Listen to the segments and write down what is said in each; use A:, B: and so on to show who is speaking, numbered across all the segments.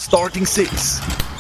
A: Starting Six.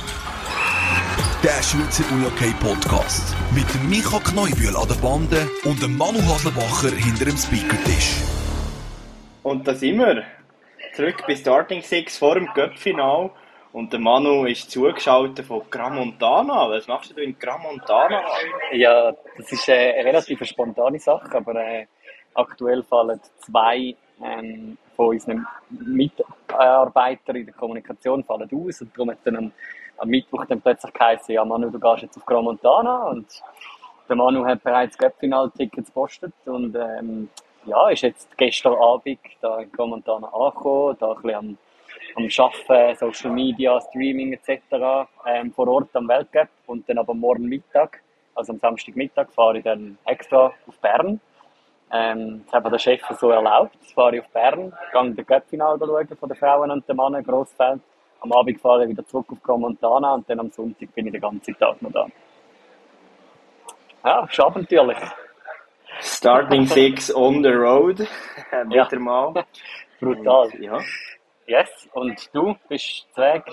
A: Der Schweizer UJK-Podcast. Mit dem Micha Kneubühl an der Bande und dem Manu Haslebacher hinter dem Speakertisch.
B: Und da sind wir. Zurück bei Starting Six vor dem Cup-Final. Und der Manu ist zugeschaltet von Crans-Montana. Was machst du in Crans-Montana?
C: Ja, das ist eine relativ spontane Sache, aber aktuell fallen zwei von unseren Mitarbeitern in der Kommunikation fallen aus. Und darum hat dann am Mittwoch dann plötzlich geheißen, ja Manu, du gehst jetzt auf Crans-Montana. Und der Manu hat bereits Cup-Final-Tickets gepostet und ist jetzt gestern Abend da in Crans-Montana angekommen, da ein bisschen am Arbeiten, Social Media, Streaming etc. Vor Ort am Weltcup und dann aber morgen Mittag, also am Samstagmittag, fahre ich dann extra auf Bern. Das hat mir der Chef so erlaubt. Jetzt fahre ich auf Bern, gehe den Cup-Final schauen von den Frauen und den Männern, Grossfeld. Am Abend fahre ich wieder zurück auf Crans-Montana und dann am Sonntag bin ich den ganzen Tag noch da. Ja, ist abenteuerlich.
B: Starting Six on the road. Wieder mal.
C: Brutal.
B: Und, ja.
C: Yes, und du bist zu Weg?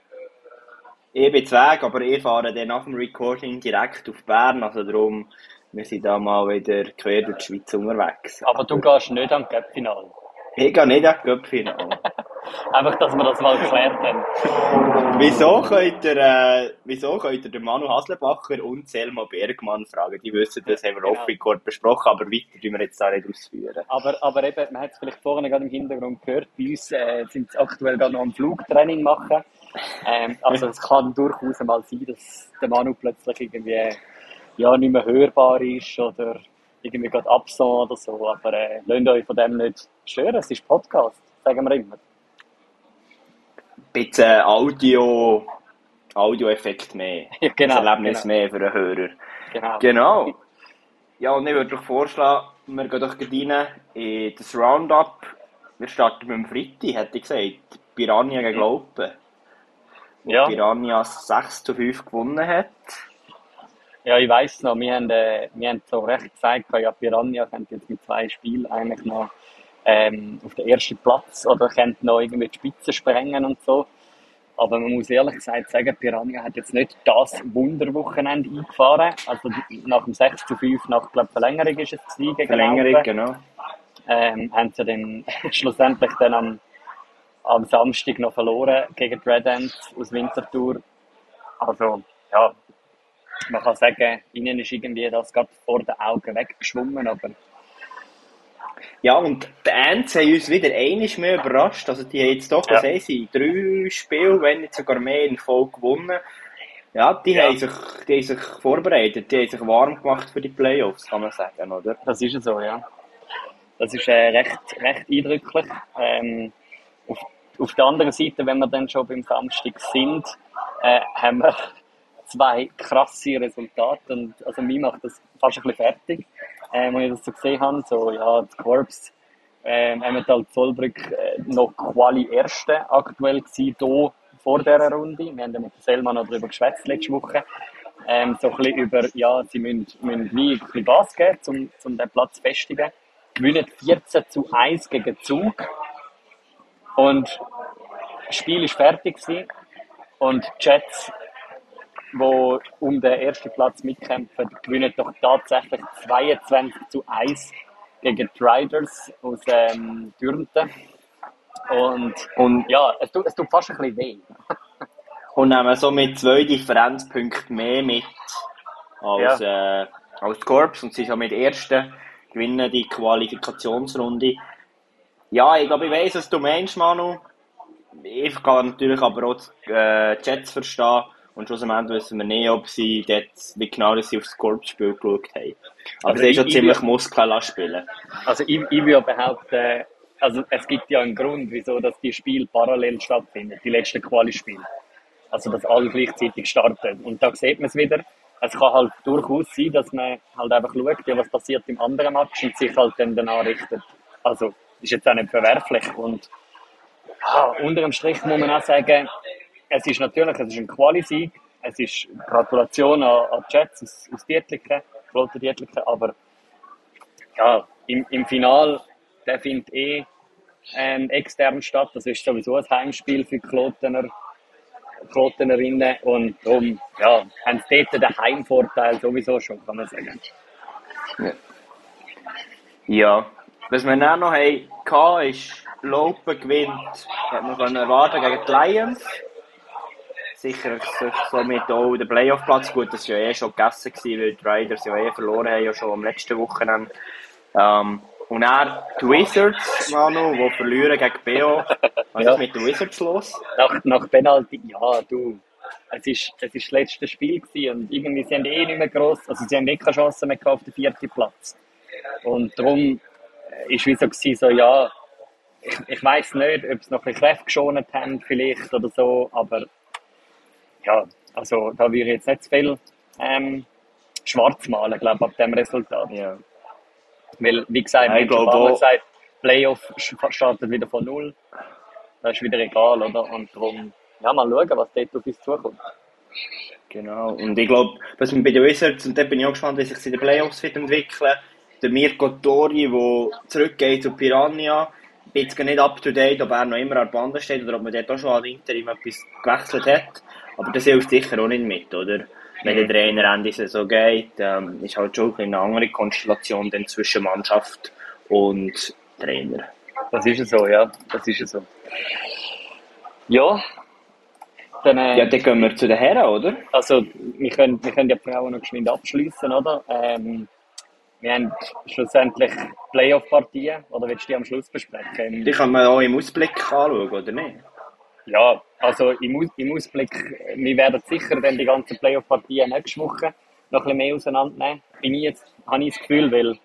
B: Ich bin zu Weg, aber ich fahre dann nach dem Recording direkt auf Bern. Also darum, wir sind da mal wieder quer durch die Schweiz unterwegs.
C: Aber du gehst nicht am Cup-Final?
B: Ich gehe nicht an Cup-Final.
C: Einfach, dass wir das mal geklärt haben.
B: Wieso könnt ihr den Manu Haslebacher und Selma Bergmann fragen? Die wissen, das haben wir off-record besprochen, aber weiter tun wir jetzt da nicht ausführen.
C: Aber eben, man hat es vielleicht vorhin gerade im Hintergrund gehört, bei uns sind sie aktuell gerade noch am Flugtraining machen. Also es kann durchaus mal sein, dass der Manu plötzlich irgendwie nicht mehr hörbar ist oder irgendwie gerade absent oder so. Aber lasst euch von dem nicht stören, es ist Podcast, sagen wir immer.
B: Ein bisschen Audioeffekt mehr.
C: Ja, genau,
B: das Erlebnis mehr für den Hörer.
C: Genau.
B: Ja, und ich würde doch vorschlagen, wir gehen doch rein in das Roundup. Wir starten mit dem Freitag, hätte ich gesagt. Piranha gegen Laupen.
C: Ja.
B: Piranha 6-5 gewonnen hat.
C: Ja, ich weiss noch, wir haben so recht gesagt, ja, Piranha könnte jetzt mit 2 Spielen eigentlich noch auf den ersten Platz oder könnte noch irgendwie die Spitze sprengen und so. Aber man muss ehrlich gesagt sagen, Piranha hat jetzt nicht das Wunderwochenende eingefahren. Also nach dem 6-5, nach Verlängerung ist es gegen
B: Verlängerung,
C: Laupen.
B: genau.
C: Haben sie dann schlussendlich dann am Samstag noch verloren gegen die Red Ants aus Winterthur. Also, ja, man kann sagen, ihnen ist irgendwie das gerade vor den Augen weggeschwommen, aber...
B: Ja, und die Ants haben uns wieder einmal mehr überrascht. Also die haben jetzt doch, was haben sie, 3 Spiele, wenn nicht sogar mehr in Folge gewonnen. Ja, die haben sich vorbereitet, die haben sich warm gemacht für die Playoffs, kann man sagen, oder?
C: Das ist so, ja. Das ist recht eindrücklich. Auf der anderen Seite, wenn wir dann schon beim Samstag sind, haben wir 2 krasse Resultate. Und also mich macht das fast ein bisschen fertig. Als ich das so gesehen habe, so, ja, das Corps, Emmental Zollbrück, noch Quali Erste aktuell gewesen, hier vor dieser Runde. Wir haben ja mit Selma noch darüber geschwätzt letzte Woche. So ein bisschen über, ja, sie müssen wie ein bisschen Gas geben, um den Platz zu festigen. Gewinnen 14-1 gegen Zug. Und das Spiel war fertig gewesen. Und die Jets, die um den ersten Platz mitkämpfen, gewinnen doch tatsächlich 22-1 gegen die Riders aus Dürnten. Und ja, es tut fast ein bisschen weh.
B: Und nehmen so mit 2 Differenzpunkten mehr mit als die Corps und sie sind mit ersten gewinnen die Qualifikationsrunde. Ja, ich glaube, ich weiss, was du meinst, Manu. Ich kann natürlich aber auch die Jets verstehen. Und schlussendlich wissen wir nicht, ob sie dort, wie genau dass sie aufs Corps-Spiel geschaut haben. Aber
C: Also
B: sie haben schon ziemlich Muskeln spielen.
C: Also ich würde behaupten, also es gibt ja einen Grund, wieso dass die Spiele parallel stattfinden, die letzten Quali-Spiele. Also dass alle gleichzeitig starten. Und da sieht man es wieder. Es kann halt durchaus sein, dass man halt einfach schaut, ja, was passiert im anderen Match und sich halt dann danach richtet. Also ist jetzt auch nicht verwerflich. Und unter dem Strich muss man auch sagen, es ist ein Quali-Sieg. Es ist Gratulation an die Jets aus Dietliken, Kloten Dietliken, aber ja, im Final, der findet extern statt. Das ist sowieso ein Heimspiel für die Klotener. Quotenerinnen und darum haben sie dort den Heimvorteil sowieso schon, kann man sagen.
B: Ja. Was wir dann noch hatten, ist, Laupen gewinnt, hat man können erwarten gegen die Lions. Sicher somit auch der Playoff-Platz. Gut, das war ja schon gegessen, weil die Riders ja verloren haben, ja schon am letzten Wochenende. Und dann die Wizards, Manu, die verlieren gegen BO. Was ist mit den Wizards los?
C: Nach Penalty, es ist das letzte Spiel gewesen und irgendwie sie haben nicht mehr gross, also sie haben keine Chance mehr auf den 4. Platz. Und darum ist wie so gewesen, ich weiss nicht, ob sie noch ein bisschen Kräfte geschont haben vielleicht oder so, aber also da würde ich jetzt nicht zu viel schwarz malen, glaube ich, ab diesem Resultat.
B: Ja.
C: Weil, wie gesagt, wir haben schon ein paar Mal gesagt, Playoff startet wieder von null. Das ist wieder egal, oder? Und darum, mal schauen, was dort auf uns zukommt.
B: Genau. Und ich glaube, was wir bei den Wizards, und da bin ich auch gespannt, wie sich in den Playoffs wird entwickeln. Der Mirko Tori, der zurückgeht zu Piranha, ich bin jetzt nicht up to date, ob er noch immer an der Bande steht oder ob man dort auch schon an Interim etwas gewechselt hat. Aber das hilft sicher auch nicht mit, oder? Wenn der Trainer Ende Saison geht, ist halt schon eine andere Konstellation dann zwischen Mannschaft und Trainer.
C: Das ist es so, ja. Das ist es so. Ja. Dann
B: gehen wir zu den Herren, oder?
C: Also, wir können die Frauen noch geschwind abschliessen, oder? Wir haben schlussendlich Playoff-Partien, oder willst du die am Schluss besprechen?
B: Die kann man auch im Ausblick anschauen, oder nicht?
C: Ja, also im Ausblick, wir werden sicher dann die ganzen Playoff-Partien nächste Woche noch ein bisschen mehr auseinandernehmen. Habe ich das Gefühl, weil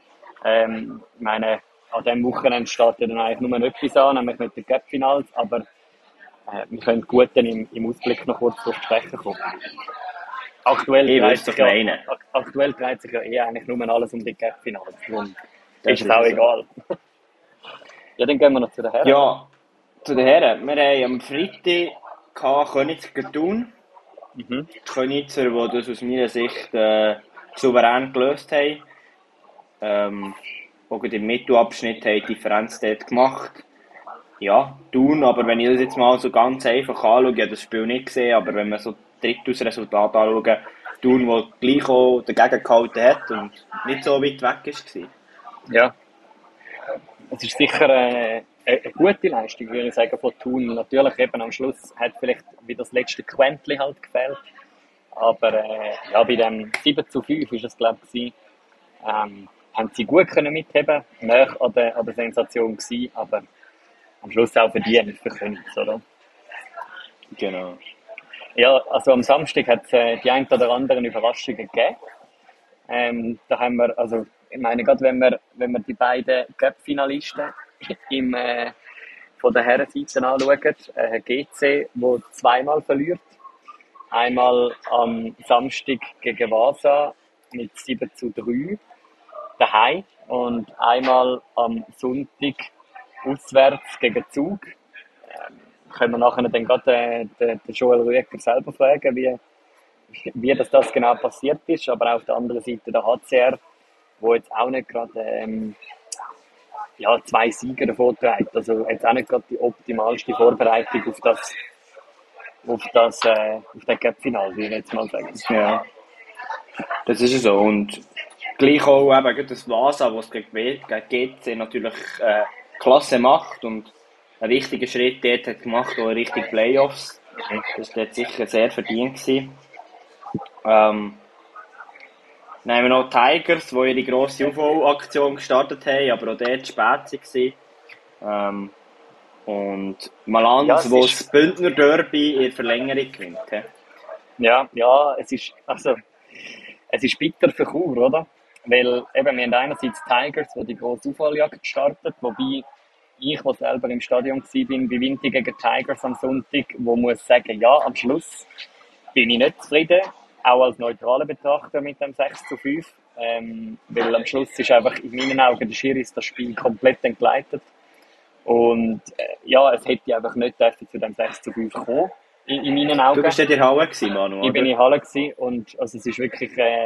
C: an diesem Wochenende steht ja dann eigentlich nur etwas an, nämlich nicht die Cup-Finals, aber wir können gut dann im Ausblick noch kurz drauf sprechen kommen. Aktuell dreht sich ja eigentlich nur alles um die Cup-Finals, darum ist es auch egal. Ja, dann gehen wir noch zu den Herren.
B: Ja. Zu den Herren. Wir haben am Freitag Königs gegen Thun. Die Königser, die das aus meiner Sicht souverän gelöst haben. Auch im Mittelabschnitt haben die Differenz dort gemacht. Ja, Thun, aber wenn ich das jetzt mal so ganz einfach anschaue, ich habe das Spiel nicht gesehen, aber wenn man so drittes Resultat anschaut, Thun, der gleich auch dagegen gehalten hat und nicht so weit weg war.
C: Ja, es ist sicher eine gute Leistung, würde ich sagen, von Thun. Natürlich eben am Schluss hat vielleicht wie das letzte Quäntchen halt gefehlt. Aber bei dem 7:5 ist es, glaube ich, haben sie gut können mitheben, näher an der Sensation gewesen, aber am Schluss auch verdient für Königs, oder?
B: Genau.
C: Ja, also am Samstag hat es die ein oder anderen Überraschungen gegeben. Da haben wir, also ich meine, gerade wenn wir die beiden Cup-Finalisten von der Herrenseite anschauen, GC, der zweimal verliert. Einmal am Samstag gegen Vasa mit 7:3 daheim und einmal am Sonntag auswärts gegen Zug. Können wir nachher dann gerade den Joel Rüeger selber fragen, wie das genau passiert ist. Aber auf der anderen Seite der HCR, wo jetzt auch nicht gerade 2 Siege davon trägt. Also jetzt auch nicht gerade die optimalste Vorbereitung auf den Cup-Final, würde ich jetzt mal sagen.
B: Ja, das ist so. Und gleich auch eben das Vasa, was gegen GC natürlich klasse macht und einen wichtigen Schritt dort hat gemacht, auch in Richtung Playoffs. Das war dort sicher sehr verdient gewesen. Dann haben wir noch die Tigers, die ihre grosse UV-Aktion gestartet haben, aber auch dort spät waren. Und Malanz, wo das Bündner Derby in der Verlängerung gewinnt.
C: Ja, es ist bitter für Chur, oder? Weil eben, wir haben einerseits Tigers, die grosse Aufholjagd startet, wobei ich, der selber im Stadion war, bei Winti gegen Tigers am Sonntag, wo muss sagen, ja, am Schluss bin ich nicht zufrieden, auch als neutraler Betrachter mit dem 6:5, weil am Schluss ist einfach in meinen Augen der Schiris das Spiel komplett entgleitet. Und es hätte einfach nicht zu dem 6:5 kommen, in meinen Augen.
B: Du bist ja in der Halle gewesen, Manu, oder?
C: Ich bin in der Halle gewesen und also es ist wirklich,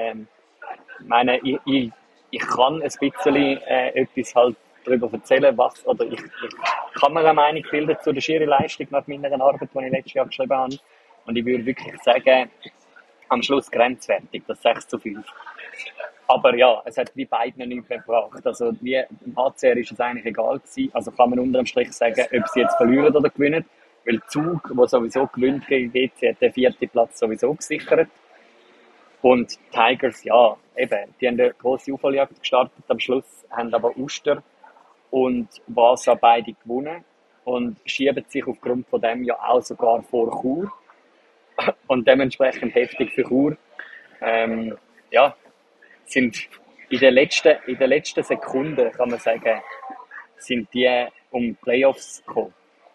C: ich kann ein bisschen etwas halt darüber erzählen, ich kann mir eine Meinung bilden zu der Schiri-Leistung nach meiner Arbeit, die ich letztes Jahr geschrieben habe. Und ich würde wirklich sagen, am Schluss grenzwertig, das 6:5. Aber ja, es hat wie beiden nichts mehr gebracht. Also wie im HCR ist es eigentlich egal gewesen. Also kann man unter dem Strich sagen, ob sie jetzt verlieren oder gewinnen. Weil Zug, der sowieso gewinnt gegen GC, hat den 4. Platz sowieso gesichert. Und Tigers, ja, eben, die haben eine grosse Aufholjagd gestartet. Am Schluss haben aber Uster und Vasa beide gewonnen und schieben sich aufgrund von dem ja auch sogar vor Chur. Und dementsprechend heftig für Chur. Ja, sind in den letzten Sekunden, kann man sagen, sind die um Playoffs gekommen.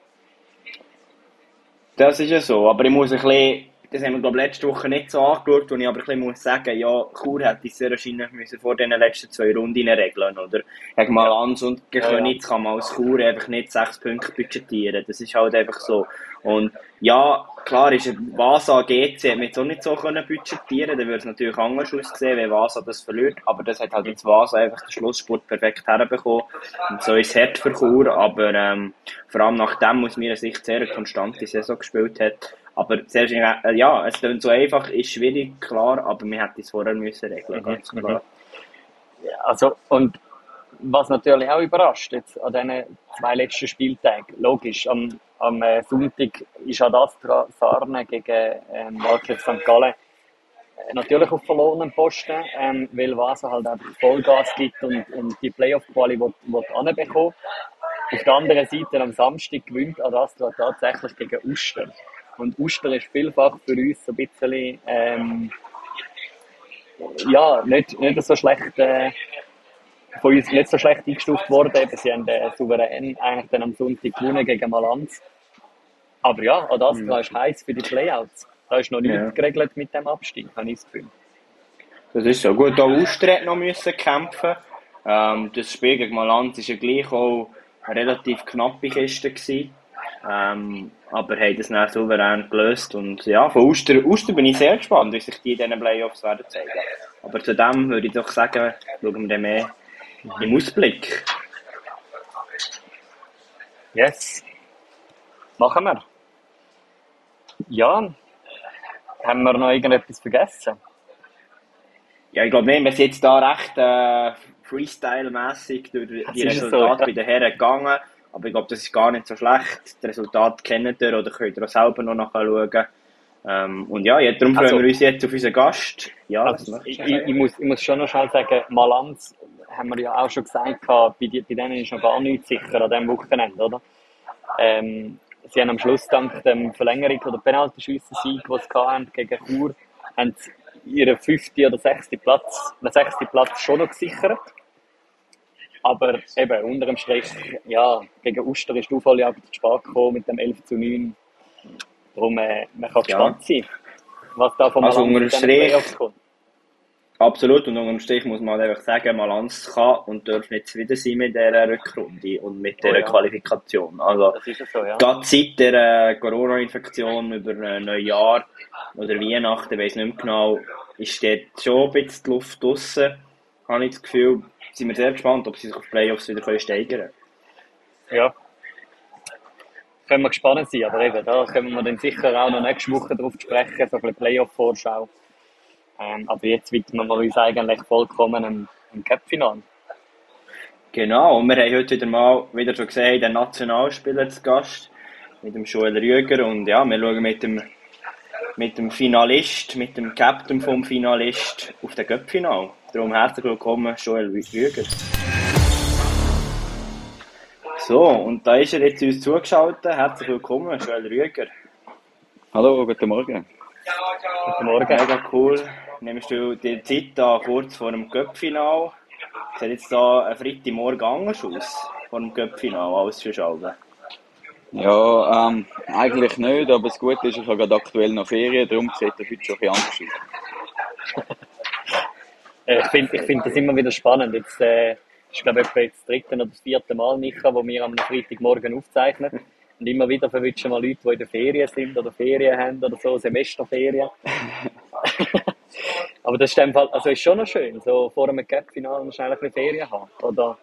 B: Das ist ja so, aber ich muss ein bisschen, das haben wir glaube letzte Woche nicht so angeschaut, wo ich aber ein bisschen muss sagen, ja, Chur hätte es sehr wahrscheinlich müssen vor den letzten 2 Runden regeln, oder? Gegen Malanz und gegen Königs kann man als Chur einfach nicht 6 Punkte budgetieren, das ist halt einfach so. Und ja, klar ist Vasa GC hat man jetzt auch nicht so können budgetieren, dann würde es natürlich anders aussehen, wenn Vasa das verliert, aber das hat halt jetzt Vasa einfach den Schlussspurt perfekt herbekommen und so ist es hart für Chur, aber vor allem nachdem aus meiner Sicht sehr eine konstante Saison gespielt hat, aber sehr ja, es klingt so einfach, ist schwierig, klar, aber wir hätten es vorher müssen regeln, ganz klar.
C: Ja, also, und was natürlich auch überrascht, jetzt an diesen 2 letzten Spieltagen, logisch, am Sonntag ist Adastra Sarne gegen Waldhof St. Gallen natürlich auf verlorenen Posten, weil Vasa halt einfach Vollgas gibt und die Playoff-Quali anbekommen. Auf der anderen Seite am Samstag gewinnt Adastra tatsächlich gegen Uster. Und Uster ist vielfach für uns so ein bisschen ja, nicht so schlecht von uns nicht so schlecht eingestuft worden. Sie haben souverän eigentlich dann am Sonntag gewonnen gegen Malanz. Aber ja, Adastra ist heiß für die Playouts. Da ist noch nichts geregelt mit dem Abstieg, habe ich das Gefühl.
B: Das ist so. Gut, auch Uster hat noch müssen kämpfen. Das Spiel gegen Malanz war ja gleich auch eine relativ knappe Kiste gewesen. Aber haben das dann souverän gelöst. Und ja, von Uster bin ich sehr gespannt, wie sich die in diesen Playoffs werden zeigen. Aber zu dem würde ich doch sagen, schauen wir dann mehr im Ausblick.
C: Yes. Machen wir. Ja. Haben wir noch irgendetwas vergessen?
B: Ja, ich glaube nicht, wir sind jetzt da recht Freestyle-mässig durch die Resultate bei den Herren gegangen. Aber ich glaube, das ist gar nicht so schlecht. Die Resultate kennt ihr oder könnt ihr auch selber noch nachschauen. Und ja, darum freuen wir uns jetzt auf unseren Gast. Ja,
C: also, ich muss schon noch schnell sagen, Malanz haben wir ja auch schon gesagt, bei denen ist noch gar nichts sicher an diesem Wochenende, oder? Sie haben am Schluss dank dem Verlängerung oder Penaltyschüssen-Sieg, den sie hatten gegen Chur, haben sie ihren 5. oder 6. Platz schon noch gesichert. Aber eben, unter dem Strich, ja, gegen Uster ist die Aufholjagd zu spät gekommen mit dem 11:9. Darum, man kann gespannt sein, was da von
B: also
C: Malanz in den Playoffs kommt.
B: Absolut, und unter dem Strich muss man einfach sagen, Malanz kann und darf nicht zufrieden sein mit dieser Rückrunde und mit dieser Qualifikation. Also,
C: das ist so, ja.
B: Gerade seit der Corona-Infektion über Neujahr oder Weihnachten, ich weiss nicht mehr genau, ist dort schon ein bisschen die Luft draussen, habe ich das Gefühl. Sind wir sehr gespannt, ob sie sich auf Playoffs wieder steigern können.
C: Ja. Können wir gespannt sein, aber eben, da können wir dann sicher auch noch nächste Woche drauf sprechen, so ein bisschen Playoff-Vorschau. Aber jetzt widmen wir uns eigentlich vollkommen im Cup-Finale.
B: Genau, und wir haben heute wieder schon gesehen, den Nationalspieler zu Gast, mit dem Joel Rüeger. Und ja, wir schauen mit dem Finalist, mit dem Captain vom Finalist auf den Cup-Finale. Darum herzlich willkommen, Joel Rüeger. So, und da ist er jetzt uns zugeschaltet. Herzlich willkommen, Joel Rüeger.
D: Hallo, guten Morgen.
C: Guten Morgen.
B: Mega cool. Nimmst du die Zeit da kurz vor dem Cup-Finale? Sieht jetzt da ein Freitagmorgen anders aus, vor dem Cup-Finale, alles für Schalben?
D: Ja, eigentlich nicht, aber das Gute ist, ich habe gerade aktuell noch Ferien, darum sieht das heute schon ein bisschen anders aus.
C: Ich finde das immer wieder spannend. Jetzt ist, glaube ich, jetzt das 3. oder das 4. Mal, Micha, wo wir am Freitagmorgen aufzeichnen. Und immer wieder verwünschen wir Leute, die in der Ferien sind oder Ferien haben oder so, Semesterferien. Aber das ist in dem Fall, also ist schon noch schön, so vor einem Cup-Finale schnell ein bisschen Ferien haben. Oder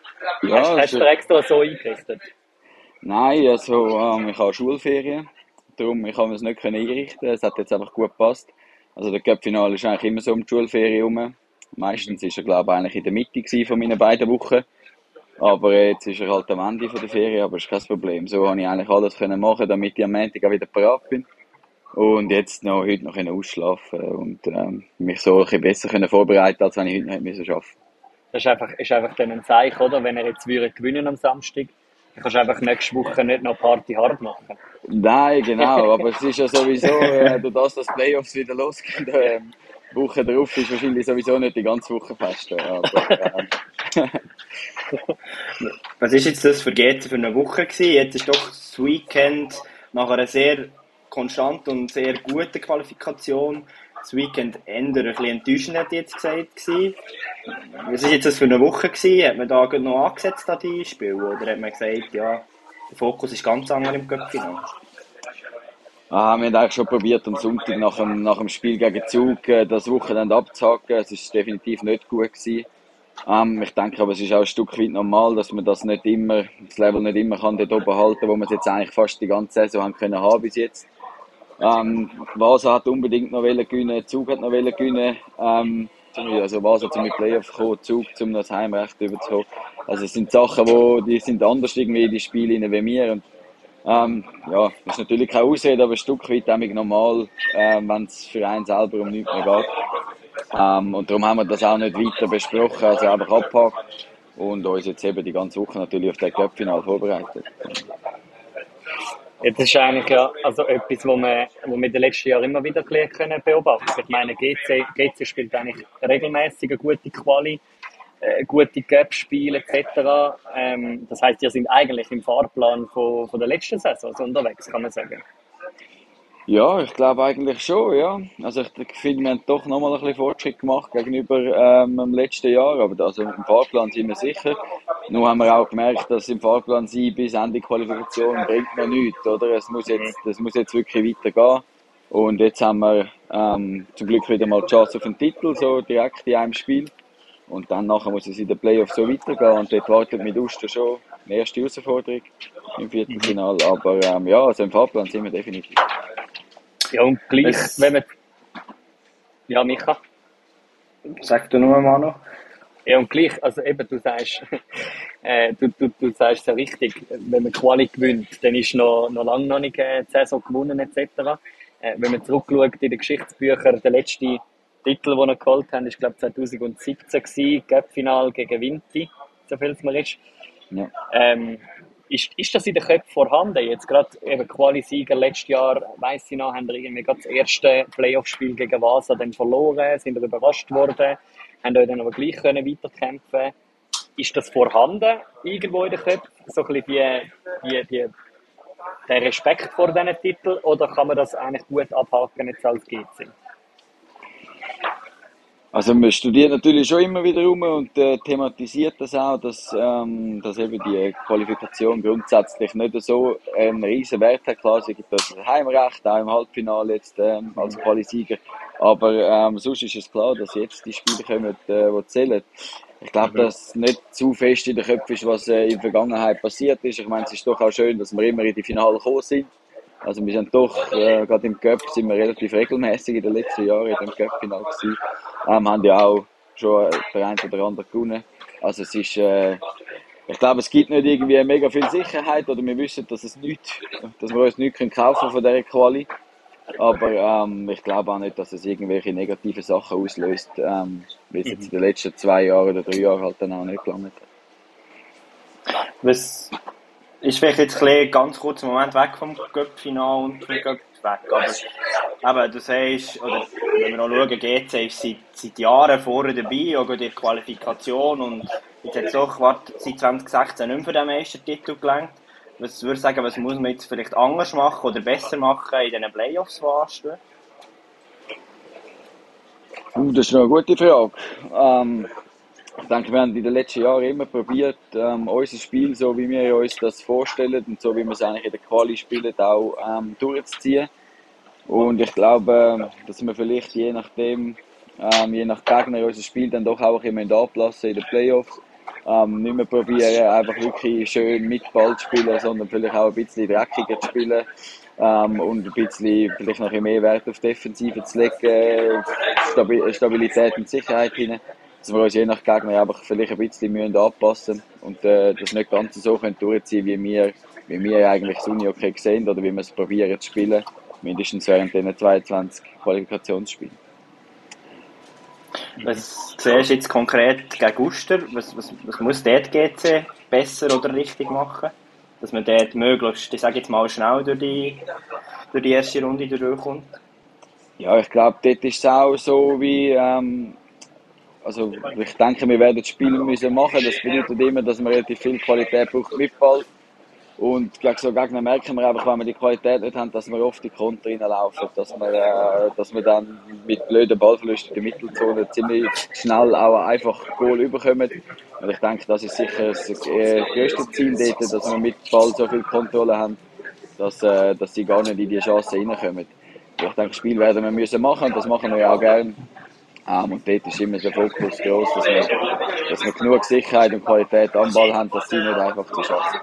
D: Ja,
C: hast du extra so eingerichtet?
D: Nein, also ich habe Schulferien darum, ich habe es nicht können einrichten. Es hat jetzt einfach gut gepasst. Also der Cup-Finale ist eigentlich immer so um die Schulferien herum. Meistens ist er, glaube ich, eigentlich in der Mitte gewesen von meinen beiden Wochen. Aber jetzt ist er halt am Ende von der Ferien, aber ist kein Problem. So habe ich eigentlich alles können machen, damit ich am Montag auch wieder parat bin. Und jetzt noch, heute noch können ausschlafen und mich so ein bisschen besser können vorbereiten, als wenn ich heute noch hätte müssen arbeiten.
C: Das ist einfach dann ein Zeichen, oder? Wenn er jetzt gewinnen am Samstag, dann kannst du einfach nächste Woche nicht noch Party hart machen.
D: Nein, genau, aber es ist ja sowieso, durch das, dass die Playoffs wieder losgehen, die Woche darauf ist wahrscheinlich sowieso nicht die ganze Woche fest. Aber,
B: Was ist jetzt das für GC für eine Woche gewesen? Jetzt ist doch das Weekend nach einer sehr konstanten und sehr guten Qualifikation. Das Weekend eher ein bisschen enttäuschend, hätte ich jetzt gesagt. Gewesen. Was ist jetzt das für eine Woche gewesen? Hat man da noch angesetzt an die Spiele? Oder hat man gesagt, ja, der Fokus ist ganz anders im Cup-Finale?
D: wir haben eigentlich schon probiert, am Sonntag nach dem Spiel gegen Zug das Wochenende abzuhaken. Es ist definitiv nicht gut gewesen. Ich denke aber, es ist auch ein Stück weit normal, dass man das Level nicht immer kann dort oben halten, wo wir es jetzt eigentlich fast die ganze Saison haben können haben bis jetzt. Vasa hat unbedingt noch gewinnen, Zug hat noch gewinnen, also Vasa zum mit Playoff kommen, Zug zum das Heimrecht überzukommen. Also es sind Sachen, die sind anders irgendwie in die Spiele wie wir. Und, ja, das ist natürlich keine Ausrede, aber ein Stück weit normal, wenn es für einen selber um nichts mehr geht. Und darum haben wir das auch nicht weiter besprochen, also einfach abgehakt und uns jetzt eben die ganze Woche natürlich auf das Cup-Finale vorbereitet.
C: Jetzt ist eigentlich ja also etwas, wo wir in den letzten Jahren immer wieder können beobachten können. Ich meine, GC spielt eigentlich regelmäßig eine gute Quali, gute Cup-Spiele etc. Das heisst, ihr sind eigentlich im Fahrplan von der letzten Saison also unterwegs, kann man sagen.
D: Ja, ich glaube eigentlich schon, ja. Also ich finde, wir haben doch nochmal ein bisschen Fortschritt gemacht gegenüber dem letzten Jahr, aber also im Fahrplan sind wir sicher. Nur haben wir auch gemerkt, dass im Fahrplan sein bis Ende Qualifikation bringt noch nichts, oder? Das muss jetzt wirklich weitergehen. Und jetzt haben wir zum Glück wieder mal die Chance auf den Titel, so direkt in einem Spiel. Und dann nachher muss es in den Playoffs so weitergehen und dort wartet mit Uster schon die erste Herausforderung im Viertelfinale. Aber ja, also im Fahrplan sind wir definitiv.
C: Ja, und gleich, wenn man... Ja, Micha?
B: Sag du nur, Manu.
C: Ja, und gleich, also eben, du sagst, du sagst es ja richtig, wenn man Quali gewinnt, dann ist noch lange noch nicht die Saison gewonnen etc. Wenn man zurückschaut in den Geschichtsbüchern, der letzte Titel, den wir geholt haben, ist glaube ich 2017 gewesen, Cup-Final gegen Vinti, so viel es mir ist.
D: Ja.
C: Ist das in den Köpfen vorhanden? Jetzt gerade eben Quali-Sieger letztes Jahr, weiss ich noch, haben wir irgendwie gerade das erste Playoff-Spiel gegen Vasa dann verloren, sind wir überrascht worden, haben euch dann aber gleich können weiterkämpfen. Ist das vorhanden irgendwo in den Köpfen? So ein bisschen der Respekt vor diesen Titeln, oder kann man das eigentlich gut abhaken jetzt als GC?
D: Also man studiert natürlich schon immer wieder rum und thematisiert das auch, dass eben die Qualifikation grundsätzlich nicht so einen riesen Wert hat. Klar, sie gibt das Heimrecht, auch im Halbfinale jetzt als Qualisieger. Aber sonst ist es klar, dass jetzt die Spiele kommen, die zählen. Ich glaube, dass nicht zu fest in den Köpfen ist, was in der Vergangenheit passiert ist. Ich meine, es ist doch auch schön, dass wir immer in die Finale gekommen sind. Also wir sind doch, gerade im Cup sind wir relativ regelmäßig in den letzten Jahren in dem Cup-Finale gewesen. Haben ja auch schon der eine oder andere gewonnen. Also es ist, ich glaube, es gibt nicht irgendwie mega viel Sicherheit, oder wir wissen, dass wir uns nichts kaufen von dieser Quali. Aber ich glaube auch nicht, dass es irgendwelche negativen Sachen auslöst, wie es jetzt in den letzten 2 Jahren oder 3 Jahren halt dann auch nicht gelangt hat.
B: Was ist vielleicht jetzt ein bisschen ganz kurz einen Moment weg vom Cup-Finale und vom Cup weg. Aber du sagst, oder wenn wir noch schauen, GC ist seit Jahren vorne dabei, auch in der Qualifikation, und jetzt hat es doch seit 2016 nicht mehr für den Meistertitel gelangt. Was würde ich sagen, was muss man jetzt vielleicht anders machen oder besser machen in diesen Playoffs, die anstehen?
D: Das ist noch eine gute Frage. Ich denke, wir haben in den letzten Jahren immer probiert, unser Spiel, so wie wir uns das vorstellen und so wie wir es eigentlich in der Quali spielen, auch durchzuziehen. Und ich glaube, dass wir vielleicht je nach Gegner unser Spiel dann doch auch ein bisschen anpassen in den Playoffs. Nicht mehr probieren, einfach wirklich schön mit Ball zu spielen, sondern vielleicht auch ein bisschen dreckiger zu spielen. und ein bisschen, vielleicht noch ein bisschen mehr Wert auf Defensive zu legen, auf Stabilität und Sicherheit hinein, dass wir uns je nach Gegner einfach vielleicht ein bisschen müssen anpassen und das nicht ganz so können durchziehen, wie wir eigentlich das Uni-Hockey sehen oder wie wir es probieren zu spielen, mindestens während diesen 22 Qualifikationsspielen.
B: Was siehst du jetzt konkret gegen Uster? Was muss dort GC besser oder richtig machen? Dass man dort möglichst, ich sage jetzt mal, schnell durch die erste Runde durchkommt?
D: Ja, ich glaube, dort ist es auch so wie, also ich denke, wir werden das Spiel müssen machen. Das bedeutet immer, dass man relativ viel Qualität braucht mit Ball. Und gegen so Gegner merken wir einfach, wenn wir die Qualität nicht haben, dass wir oft die Konter reinlaufen, dass wir dann mit blöden Ballverlusten in der Mittelzone ziemlich schnell auch einfach Goal überkommen. Und ich denke, das ist sicher das grösste Ziel dort, dass wir mit Ball so viel Kontrolle haben, dass sie gar nicht in die Chance reinkommen. Ich denke, das Spiel werden wir müssen machen und das machen wir ja auch gerne. Und dort ist immer der Fokus groß, dass wir genug Sicherheit und Qualität am Ball haben, dass sie nicht einfach zu schaffen.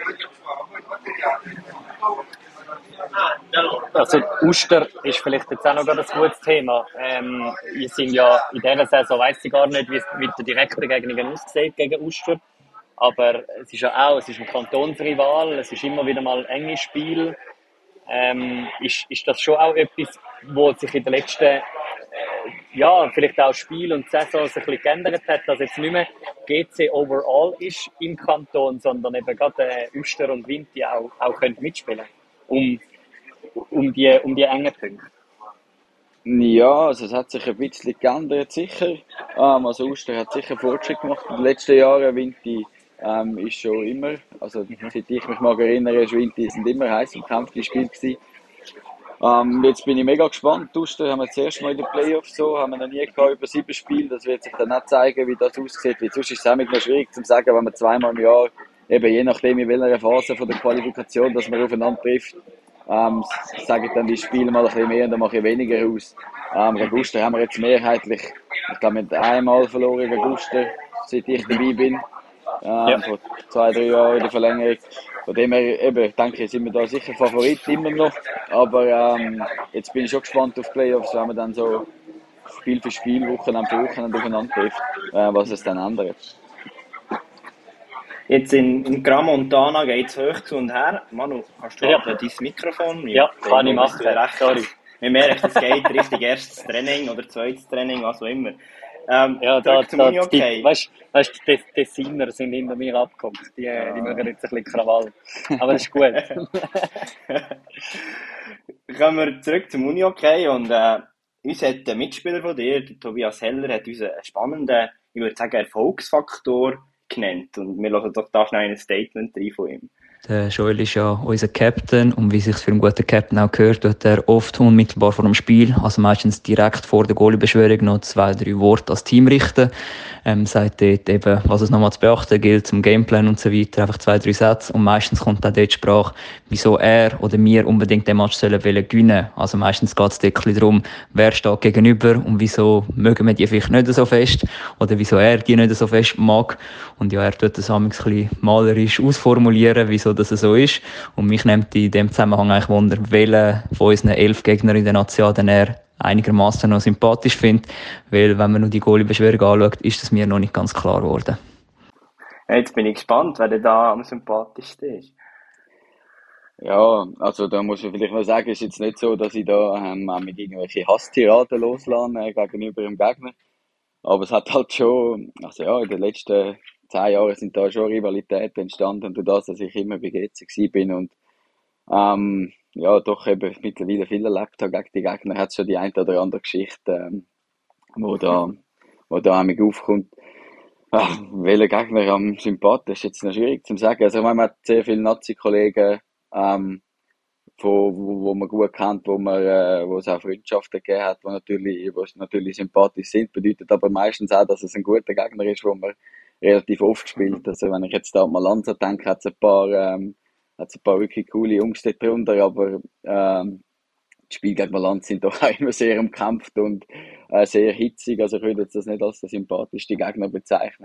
C: Also Uster ist vielleicht jetzt auch noch ein gutes Thema. Wir sind ja in dieser Saison, weiss ich gar nicht, wie es mit der direkten Begegnungen aussieht gegen Uster. Aber es ist ja auch, es ist ein Kantonsrival, es ist immer wieder mal ein enges Spiel. Ist das schon auch etwas, wo sich in den letzten vielleicht auch Spiel und Saison sich ein bisschen geändert hat, dass jetzt nicht mehr GC overall ist im Kanton, sondern eben gerade Uster und Vinti auch können mitspielen um die engen Punkte.
D: Ja, also es hat sich ein bisschen geändert, sicher. Also Uster hat sicher Fortschritt gemacht in den letzten Jahren. Vinti ist schon immer, also seit ich mich mag erinnere, Vinti sind immer heiß umkämpfte Spiele gewesen. Jetzt bin ich mega gespannt. Uster haben wir das erste Mal in den Playoffs so, haben wir noch nie gehabt über 7 Spiele. Das wird sich dann auch zeigen, wie das aussieht. Weil sonst ist es auch noch schwierig zu sagen, wenn man zweimal im Jahr, eben je nachdem in welcher Phase von der Qualifikation, dass man aufeinander trifft, sage ich dann die Spiele mal ein bisschen mehr und dann mache ich weniger aus. Gegen Uster haben wir jetzt mehrheitlich, ich glaube, wir haben einmal verloren gegen Uster, seit ich dabei bin. Vor 2-3 Jahren in der Verlängerung. Von dem her, eben, denke ich, sind wir da sicher Favorit immer noch. Aber jetzt bin ich schon gespannt auf die Playoffs, wenn man dann so Spiel für Spiel, Wochenende für Wochenende aufeinander trifft, was es dann ändert.
B: Jetzt in Gran Montana geht es hoch zu und her. Manu, hast du dein Mikrofon?
C: Ja, kann ich machen. Sorry.
B: Wir merken, es geht richtig erstes Training oder zweites Training, was auch immer.
C: Weißt du, die Tessiner sind hinter mir abgekommen. Die machen jetzt ein bisschen Krawall. Aber das ist gut.
B: Kommen wir zurück zum Uni-Hockey und uns hat der Mitspieler von dir, der Tobias Heller, hat uns einen spannenden, ich würde sagen, Erfolgsfaktor genannt. Und wir hören doch da schnell ein Statement rein von ihm.
E: Der Joel ist ja unser Captain und wie es sich für einen guten Captain auch gehört, tut er oft unmittelbar vor dem Spiel, also meistens direkt vor der Goaliebeschwörung, noch 2-3 Worte als Team richten. Sagt dort eben, was es nochmal zu beachten gilt, zum Gameplan und so weiter, einfach 2-3 Sätze und meistens kommt auch dort die Sprache, wieso er oder wir unbedingt den Match sollen gewinnen. Also meistens geht es dort darum, wer steht gegenüber und wieso mögen wir die vielleicht nicht so fest oder wieso er die nicht so fest mag. Und ja, er tut das ein bisschen malerisch ausformulieren, wieso das so ist. Und mich nimmt in dem Zusammenhang eigentlich Wunder, welchen von unseren 11 Gegnern in der Nation dann er einigermaßen noch sympathisch findet. Weil, wenn man nur die Goalie-Beschwörung anschaut, ist das mir noch nicht ganz klar geworden.
B: Jetzt bin ich gespannt, wer denn da am sympathischsten ist.
D: Ja, also da muss ich vielleicht noch sagen, es ist jetzt nicht so, dass ich da mit irgendwelchen Hasstiraden loslasse gegenüber dem Gegner. Aber es hat halt schon, also ja, in den letzten 10 Jahren sind da schon Rivalitäten entstanden durch das, dass ich immer bei GC bin und ja, doch eben mittlerweile viel erlebt habe gegen die Gegner, hat es schon die eine oder andere Geschichte, wo da einmal aufkommt. Welcher Gegner am sympathischsten ist jetzt noch schwierig zu sagen. Also man hat sehr viele Nazi-Kollegen, wo man gut kennt, wo es auch Freundschaften gegeben hat, wo natürlich sympathisch sind, bedeutet aber meistens auch, dass es ein guter Gegner ist, wo man relativ oft spielt. Also wenn ich jetzt da mal Lanza denke, hat es ein paar wirklich coole Jungs dort drunter, aber die Spiele gegen Malanz sind doch auch immer sehr umkämpft und sehr hitzig, also ich würde jetzt das nicht als der sympathischste Gegner bezeichnen.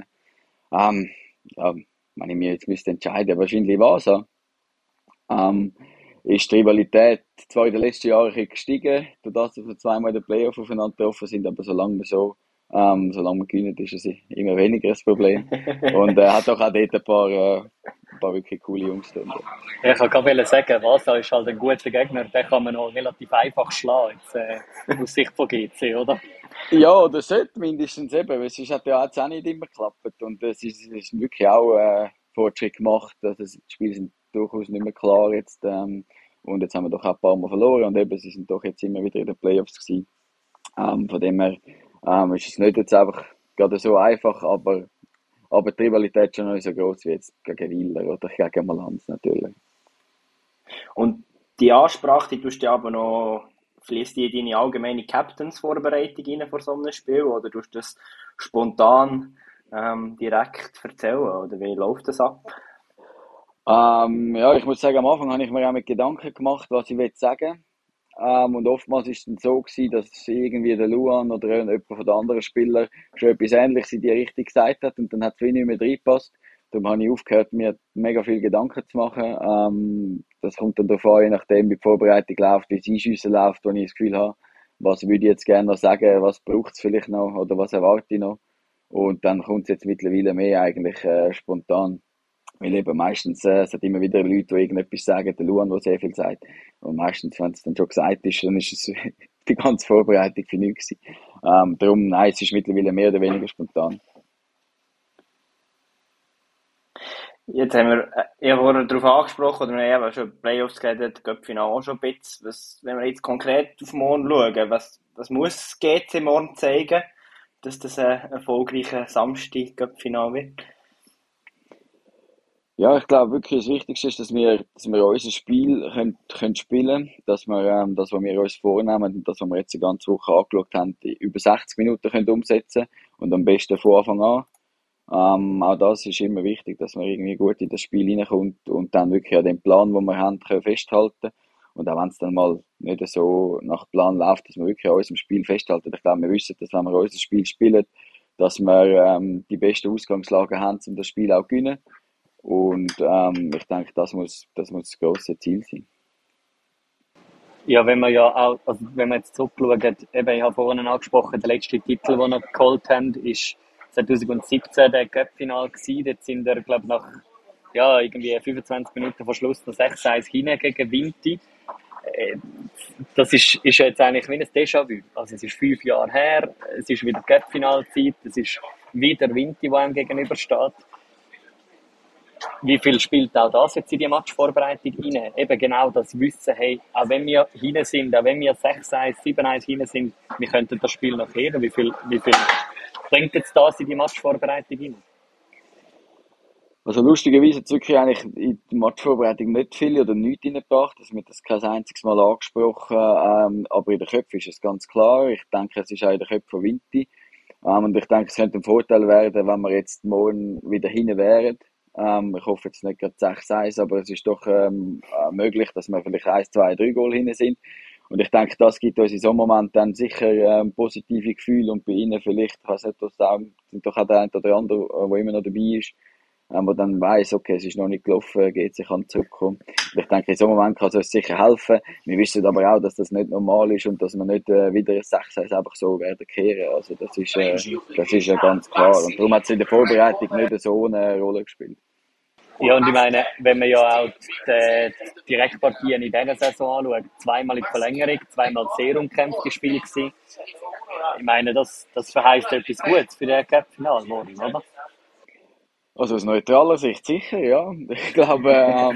D: Ja, wenn ich mir jetzt müsste entscheiden, wahrscheinlich Vasa. ist die Rivalität zwar in den letzten Jahren ein bisschen gestiegen, dadurch, dass wir zweimal in den Playoff aufeinander getroffen sind, aber solange wir gewinnen, ist es immer weniger ein Problem. Und hat doch auch dort ein paar wirklich coole Jungs drin.
C: Ja, ich wollte gerade sagen, Vasa ist halt ein guter Gegner, den kann man noch relativ einfach schlagen, jetzt, aus Sicht von GC, oder?
D: Ja, das sollte mindestens eben, weil es hat ja auch nicht immer geklappt und es ist wirklich auch Fortschritt gemacht. Also die Spiele sind durchaus nicht mehr klar jetzt und jetzt haben wir doch auch ein paar Mal verloren und eben, sie sind doch jetzt immer wieder in den Playoffs gewesen. Von dem her ist es nicht jetzt einfach gerade so einfach, aber die Rivalität ist schon noch nicht so groß wie jetzt gegen Wieler oder gegen Malanz natürlich.
B: Und die Ansprache, die tust du aber noch, fließt die in deine allgemeine Captains-Vorbereitung rein vor so einem Spiel oder tust du das spontan direkt erzählen oder wie läuft das ab?
D: Ja, ich muss sagen, am Anfang habe ich mir auch mit Gedanken gemacht, was ich sagen will. Und oftmals ist es dann so gewesen, dass irgendwie der Luan oder jemand von den anderen Spielern schon etwas Ähnliches in die Richtung gesagt hat und dann hat es wie nicht mehr reingepasst. Darum habe ich aufgehört, mir mega viel Gedanken zu machen. Das kommt dann darauf an, je nachdem, wie die Vorbereitung läuft, wie das Einschiessen läuft, wo ich das Gefühl habe, was würde ich jetzt gerne noch sagen, was braucht es vielleicht noch oder was erwarte ich noch. Und dann kommt es jetzt mittlerweile mehr eigentlich spontan. Weil eben meistens, es hat immer wieder Leute, die irgendetwas sagen, der Luan, der sehr viel sagt. Und meistens, wenn es dann schon gesagt ist, dann ist es die ganze Vorbereitung für nichts gewesen. Darum, nein, es ist mittlerweile mehr oder weniger spontan.
B: Jetzt haben wir ja vorher darauf angesprochen, oder wir haben schon Playoffs geredet, Cup-Finale auch schon ein bisschen. Wenn wir jetzt konkret auf morgen schauen, was muss GC morgen zeigen, dass das ein erfolgreicher Samstag-Cup-Finale wird?
D: Ja, ich glaube wirklich, das Wichtigste ist, dass wir unser Spiel können spielen, dass wir das, was wir uns vornehmen und das, was wir jetzt die ganze Woche angeschaut haben, über 60 Minuten können umsetzen und am besten von Anfang an. Auch das ist immer wichtig, dass man irgendwie gut in das Spiel reinkommt und dann wirklich an dem Plan, den wir haben, können festhalten. Und auch wenn es dann mal nicht so nach Plan läuft, dass wir wirklich an unserem Spiel festhalten. Ich glaube, wir wissen, dass wenn wir unser Spiel spielen, dass wir die besten Ausgangslagen haben, um das Spiel auch zu gewinnen. Und ich denke, das muss das grosse Ziel sein.
C: Ja, wenn man ja auch, also wenn man jetzt zurückschaut, eben, ich habe vorhin angesprochen, der letzte Titel, den wir geholt haben, ist 2017 der Cup-Final gewesen. Dort sind wir, glaube ich, nach irgendwie 25 Minuten vor Schluss noch 6-1 hinein gegen Vinti. Das ist jetzt eigentlich wie ein Déjà-vu. Also es ist 5 Jahre her, es ist wieder Cup-Final-Zeit, es ist wieder Vinti, der einem gegenübersteht. Wie viel spielt auch das jetzt in die Matchvorbereitung rein? Eben genau das Wissen, hey, auch wenn wir hinein sind, auch wenn wir 6-1, 7-1 hinein sind, wir könnten das Spiel noch kehren. Wie viel bringt jetzt das in die Matchvorbereitung rein?
D: Also lustigerweise hat es wirklich eigentlich in die Matchvorbereitung nicht viel oder nichts reingebracht. Also wir haben das kein einziges Mal angesprochen. Aber in den Köpfen ist es ganz klar. Ich denke, es ist auch in den Köpfen von Vinti. Und ich denke, es könnte ein Vorteil werden, wenn wir jetzt morgen wieder hinten wären. Ich hoffe jetzt nicht gerade 6-1, aber es ist doch möglich, dass wir vielleicht 1, 2, 3 Goal hinten sind. Und ich denke, das gibt uns in so einem Moment dann sicher positive Gefühle und bei ihnen vielleicht, ich weiss nicht, was da sind doch auch der eine oder andere, der immer noch dabei ist, der dann weiss, okay, es ist noch nicht gelaufen, GC kann zurückkommen. Und ich denke, in so einem Moment kann es uns sicher helfen. Wir wissen aber auch, dass das nicht normal ist und dass wir nicht wieder ein 6-1 einfach so werden kehren. Also das ist ja ganz klar. Und darum hat es in der Vorbereitung nicht so eine Rolle gespielt.
C: Ja, und ich meine, wenn man ja auch die Direktpartien in dieser Saison anschaut, zweimal in Verlängerung, zweimal sehr umkämpfte Spiele gewesen. Ich meine, das verheißt etwas Gutes für den Cup-Final morgen, oder?
D: Also aus neutraler Sicht sicher, ja. Ich glaube,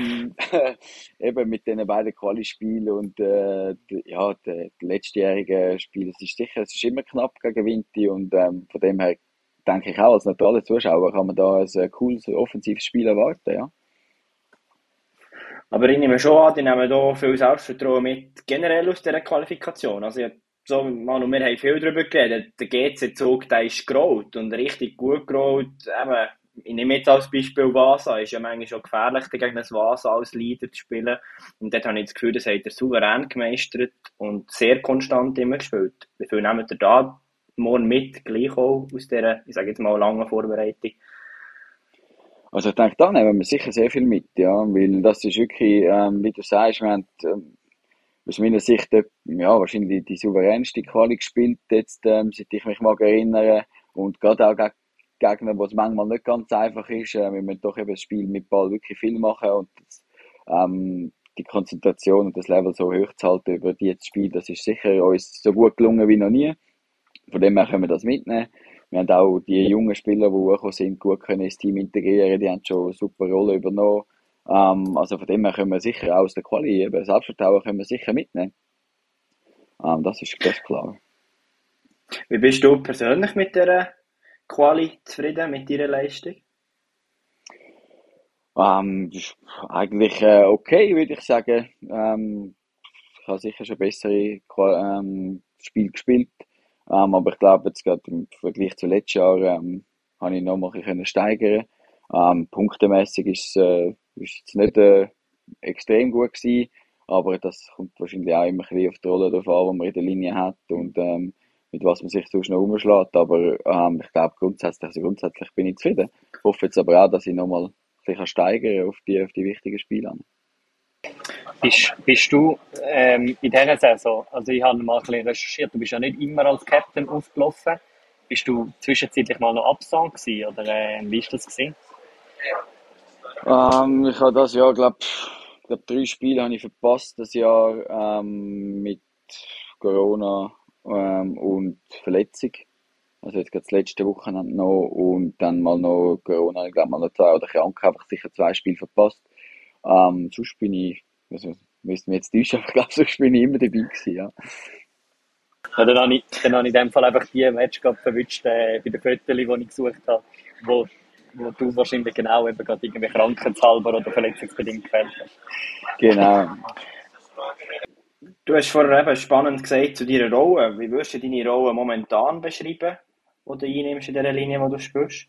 D: eben mit den beiden Quali-Spielen und die letztjährigen Spiele, es ist immer knapp gegen Vinti und von dem her denke ich auch, als neutraler Zuschauer kann man da ein cooles offensives Spiel erwarten, ja.
B: Aber ich nehme schon an, die nehmen hier viel Selbstvertrauen mit, generell aus dieser Qualifikation. Also, so, Manu, wir haben viel darüber geredet. Der GC-Zug, der ist gerollt und richtig gut gerollt. Eben, ich nehme jetzt als Beispiel Vasa. Ist ja manchmal schon gefährlich, gegen ein Vasa als Leader zu spielen. Und dort habe ich das Gefühl, das hat er souverän gemeistert und sehr konstant immer gespielt. Wie viel nehmt ihr da morgen mit, gleich auch aus dieser, ich sage jetzt mal, langen Vorbereitung?
D: Also ich denke, da nehmen wir sicher sehr viel mit, ja, weil das ist wirklich, wie du sagst, wir haben aus meiner Sicht ja, wahrscheinlich die souveränste Quali gespielt, jetzt, seit ich mich mag erinnern. Und gerade auch gegen Gegner, wo es manchmal nicht ganz einfach ist, wir müssen doch eben das Spiel mit Ball wirklich viel machen und das, die Konzentration und das Level so hoch zu halten über die jetzt Spiel, das ist sicher uns so gut gelungen wie noch nie. Von dem her können wir das mitnehmen. Wir haben auch die jungen Spieler, die hochgekommen sind, gut können ins Team integrieren. Die haben schon eine super Rolle übernommen. Also von dem her können wir sicher auch aus der Quali, eben Selbstvertrauen können wir sicher mitnehmen. Das ist klar.
B: Wie bist du persönlich mit der Quali zufrieden, mit deiner Leistung?
D: Das ist eigentlich okay, würde ich sagen. Ich habe sicher schon bessere Spiele gespielt. Aber ich glaube, jetzt gerade im Vergleich zu letzten Jahren habe ich noch mal ein bisschen steigern. Punktemäßig ist jetzt nicht extrem gut gewesen, aber das kommt wahrscheinlich auch immer ein bisschen auf die Rolle drauf an, die man in der Linie hat und mit was man sich sonst noch umschlägt. Aber ich glaube grundsätzlich bin ich zufrieden. Ich hoffe jetzt aber auch, dass ich noch mal ein bisschen steigern auf die wichtigen Spiele.
C: Bist du in dieser Saison, also ich habe mal ein bisschen recherchiert, du bist ja nicht immer als Captain aufgelaufen. Bist du zwischenzeitlich mal noch Absang gewesen, oder wie ist das gewesen?
D: Ich habe das Jahr, glaube 3 Spiele habe ich verpasst, das Jahr mit Corona und Verletzung. Also jetzt gerade das letzte Wochenende noch und dann mal noch Corona, ich glaube mal noch 2 oder krank, einfach sicher 2 Spiele verpasst. Sonst bin ich, also müssen wir jetzt täuschen, aber ich glaube, sonst bin ich immer dabei gewesen, ja.
C: Ja, dann habe ich in dem Fall einfach die Match verwünscht bei den Fotos, die ich gesucht habe, wo du wahrscheinlich genau eben gerade irgendwie krankheitshalber oder verletzungsbedingt gefällt hast.
D: Genau.
B: Du hast vorher eben spannend gesagt zu deiner Rolle. Wie würdest du deine Rolle momentan beschreiben, die du einnimmst in dieser Linie, die du spielst?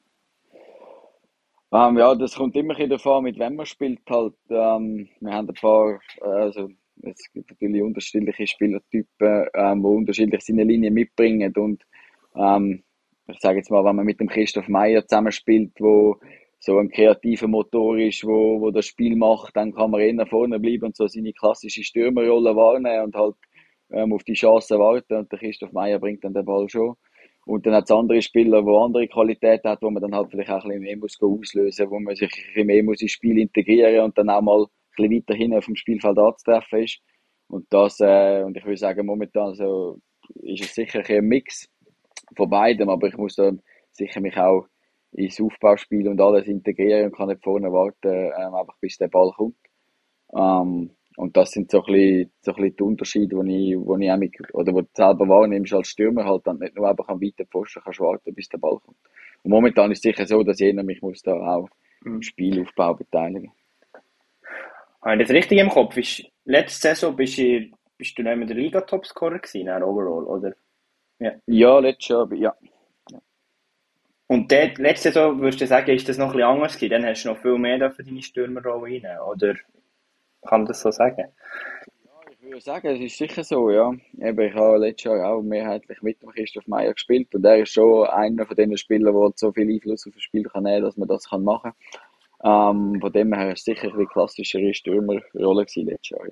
D: Ja, das kommt immer ein bisschen davon, mit wem man spielt halt. Wir haben ein paar, also es gibt natürlich unterschiedliche Spielertypen, die unterschiedlich seine Linie mitbringen und ich sage jetzt mal, wenn man mit dem Christoph Meier zusammenspielt, wo so ein kreativer Motor ist, wo das Spiel macht, dann kann man eher vorne bleiben und so seine klassische Stürmerrolle wahrnehmen und halt auf die Chancen warten und der Christoph Meier bringt dann den Ball schon. Und dann hat es andere Spieler, die andere Qualität hat, wo man dann halt vielleicht auch ein bisschen mehr muss auslösen, wo man sich ein bisschen mehr muss ins Spiel integrieren und dann auch mal ein bisschen weiter hinten auf dem Spielfeld anzutreffen ist. Und das, und ich würde sagen, momentan so ist es sicher ein Mix von beidem, aber ich muss dann sicher mich auch ins Aufbauspiel und alles integrieren und kann nicht vorne warten, einfach bis der Ball kommt. Und das sind so ein bisschen die Unterschiede, wo ich auch oder wo du selber wahrnimmst als Stürmer halt dann nicht nur einfach am weiten Pfosten kannst warten, bis der Ball kommt. Und momentan ist es sicher so, dass jeder mich muss da auch im Spielaufbau beteiligen.
B: Habe ich das richtig im Kopf? Letzte Saison bist du nicht mehr der Liga-Topscorer gewesen, overall, oder?
D: Ja, letztes Jahr, ja.
B: Und letzte Saison, würdest du sagen, ist das noch ein bisschen anders gewesen? Dann hast du noch viel mehr für deine Stürmerrolle rein, oder kann man das so sagen?
D: Ja, ich würde sagen, es ist sicher so, ja. Eben, ich habe letztes Jahr auch mehrheitlich mit dem Christoph Meier gespielt und er ist schon einer von den Spielern, der so viel Einfluss auf das Spiel kann nehmen, dass man das machen kann. Von dem her ist es sicher eine klassischere Stürmerrolle gewesen letztes Jahr, ja.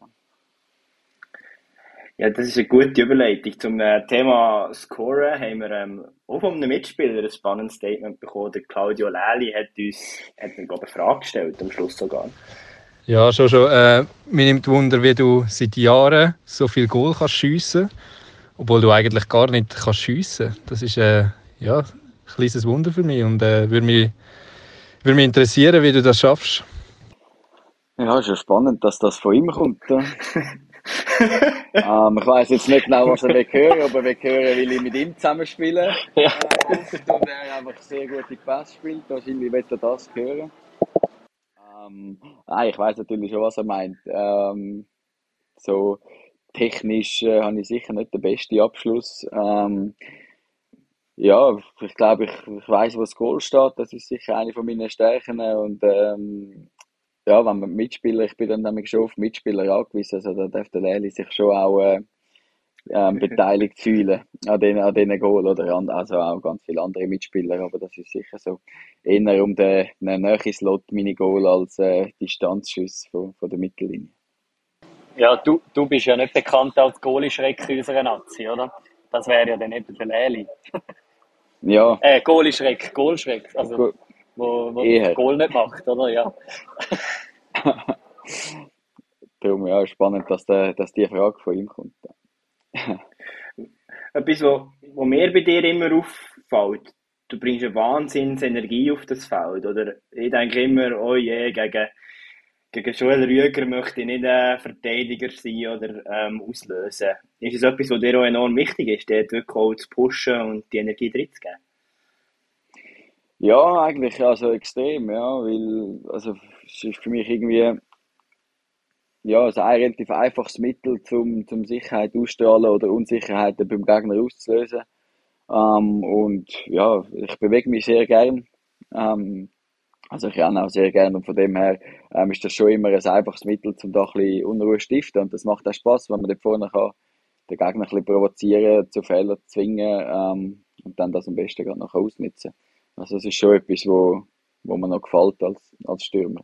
B: Ja, das ist eine gute Überleitung. Zum Thema Scoren haben wir auch von einem Mitspieler ein spannendes Statement bekommen. Der Claudio Lely hat mir, glaube ich, eine Frage gestellt, am Schluss sogar.
F: Ja, schon. Mir nimmt Wunder, wie du seit Jahren so viel Goal kannst schiessen, obwohl du eigentlich gar nicht kannst schiessen. Das ist ein kleines Wunder für mich und würde mich interessieren, wie du das schaffst.
D: Ja, ist ja spannend, dass das von ihm kommt. Ich weiss jetzt nicht genau, was er hören, aber wir hören, weil ich mit ihm zusammenspiele.
C: Ja.
D: Und er einfach sehr gute Pässe spielt. Wahrscheinlich wird er das hören. Nein, ich weiss natürlich schon, was er meint. So technisch habe ich sicher nicht den besten Abschluss. Ja, ich glaube, ich weiss, wo das Goal steht. Das ist sicher eine von meinen Stärken. Und ja, wenn man Mitspieler, ich bin dann nämlich schon auf Mitspieler angewiesen, also da darf der Lely sich schon auch beteiligt fühlen an diesen Goal oder also auch ganz viele andere Mitspieler, aber das ist sicher so eher um den Nähe-Slot Mini-Goal als Distanzschuss von der Mittellinie.
C: Ja, du bist ja nicht bekannt als Goalie-Schreck unserer Nazi, oder? Das wäre ja dann eben der Läli.
D: Ja,
C: Goalie-Schreck, Goal-Schreck, also wo das
D: eher.
C: Goal nicht macht, oder? Ja.
D: Darum, ja, spannend, dass die Frage von ihm kommt.
B: Etwas, wo mir bei dir immer auffällt, du bringst eine Wahnsinnsenergie auf das Feld, oder? Ich denke immer, oh je, gegen Joel Rüeger möchte ich nicht ein Verteidiger sein oder auslösen. Ist es etwas, was dir auch enorm wichtig ist, dort wirklich auch zu pushen und die Energie drin zu geben?
D: Ja, eigentlich also extrem, ja, weil also es ist für mich irgendwie ja, also ein relativ einfaches Mittel, zum Sicherheit ausstrahlen oder Unsicherheiten beim Gegner auszulösen. Und ja, ich bewege mich sehr gern. Ähm, also ich renne auch sehr gern und von dem her ist das schon immer ein einfaches Mittel, um da ein bisschen Unruhe zu stiften. Und das macht auch Spaß, wenn man dort vorne kann, den Gegner ein bisschen provozieren, zu Fehlern zwingen und dann das am besten gerade noch ausnutzen. Also das ist schon etwas, wo mir noch gefällt als Stürmer.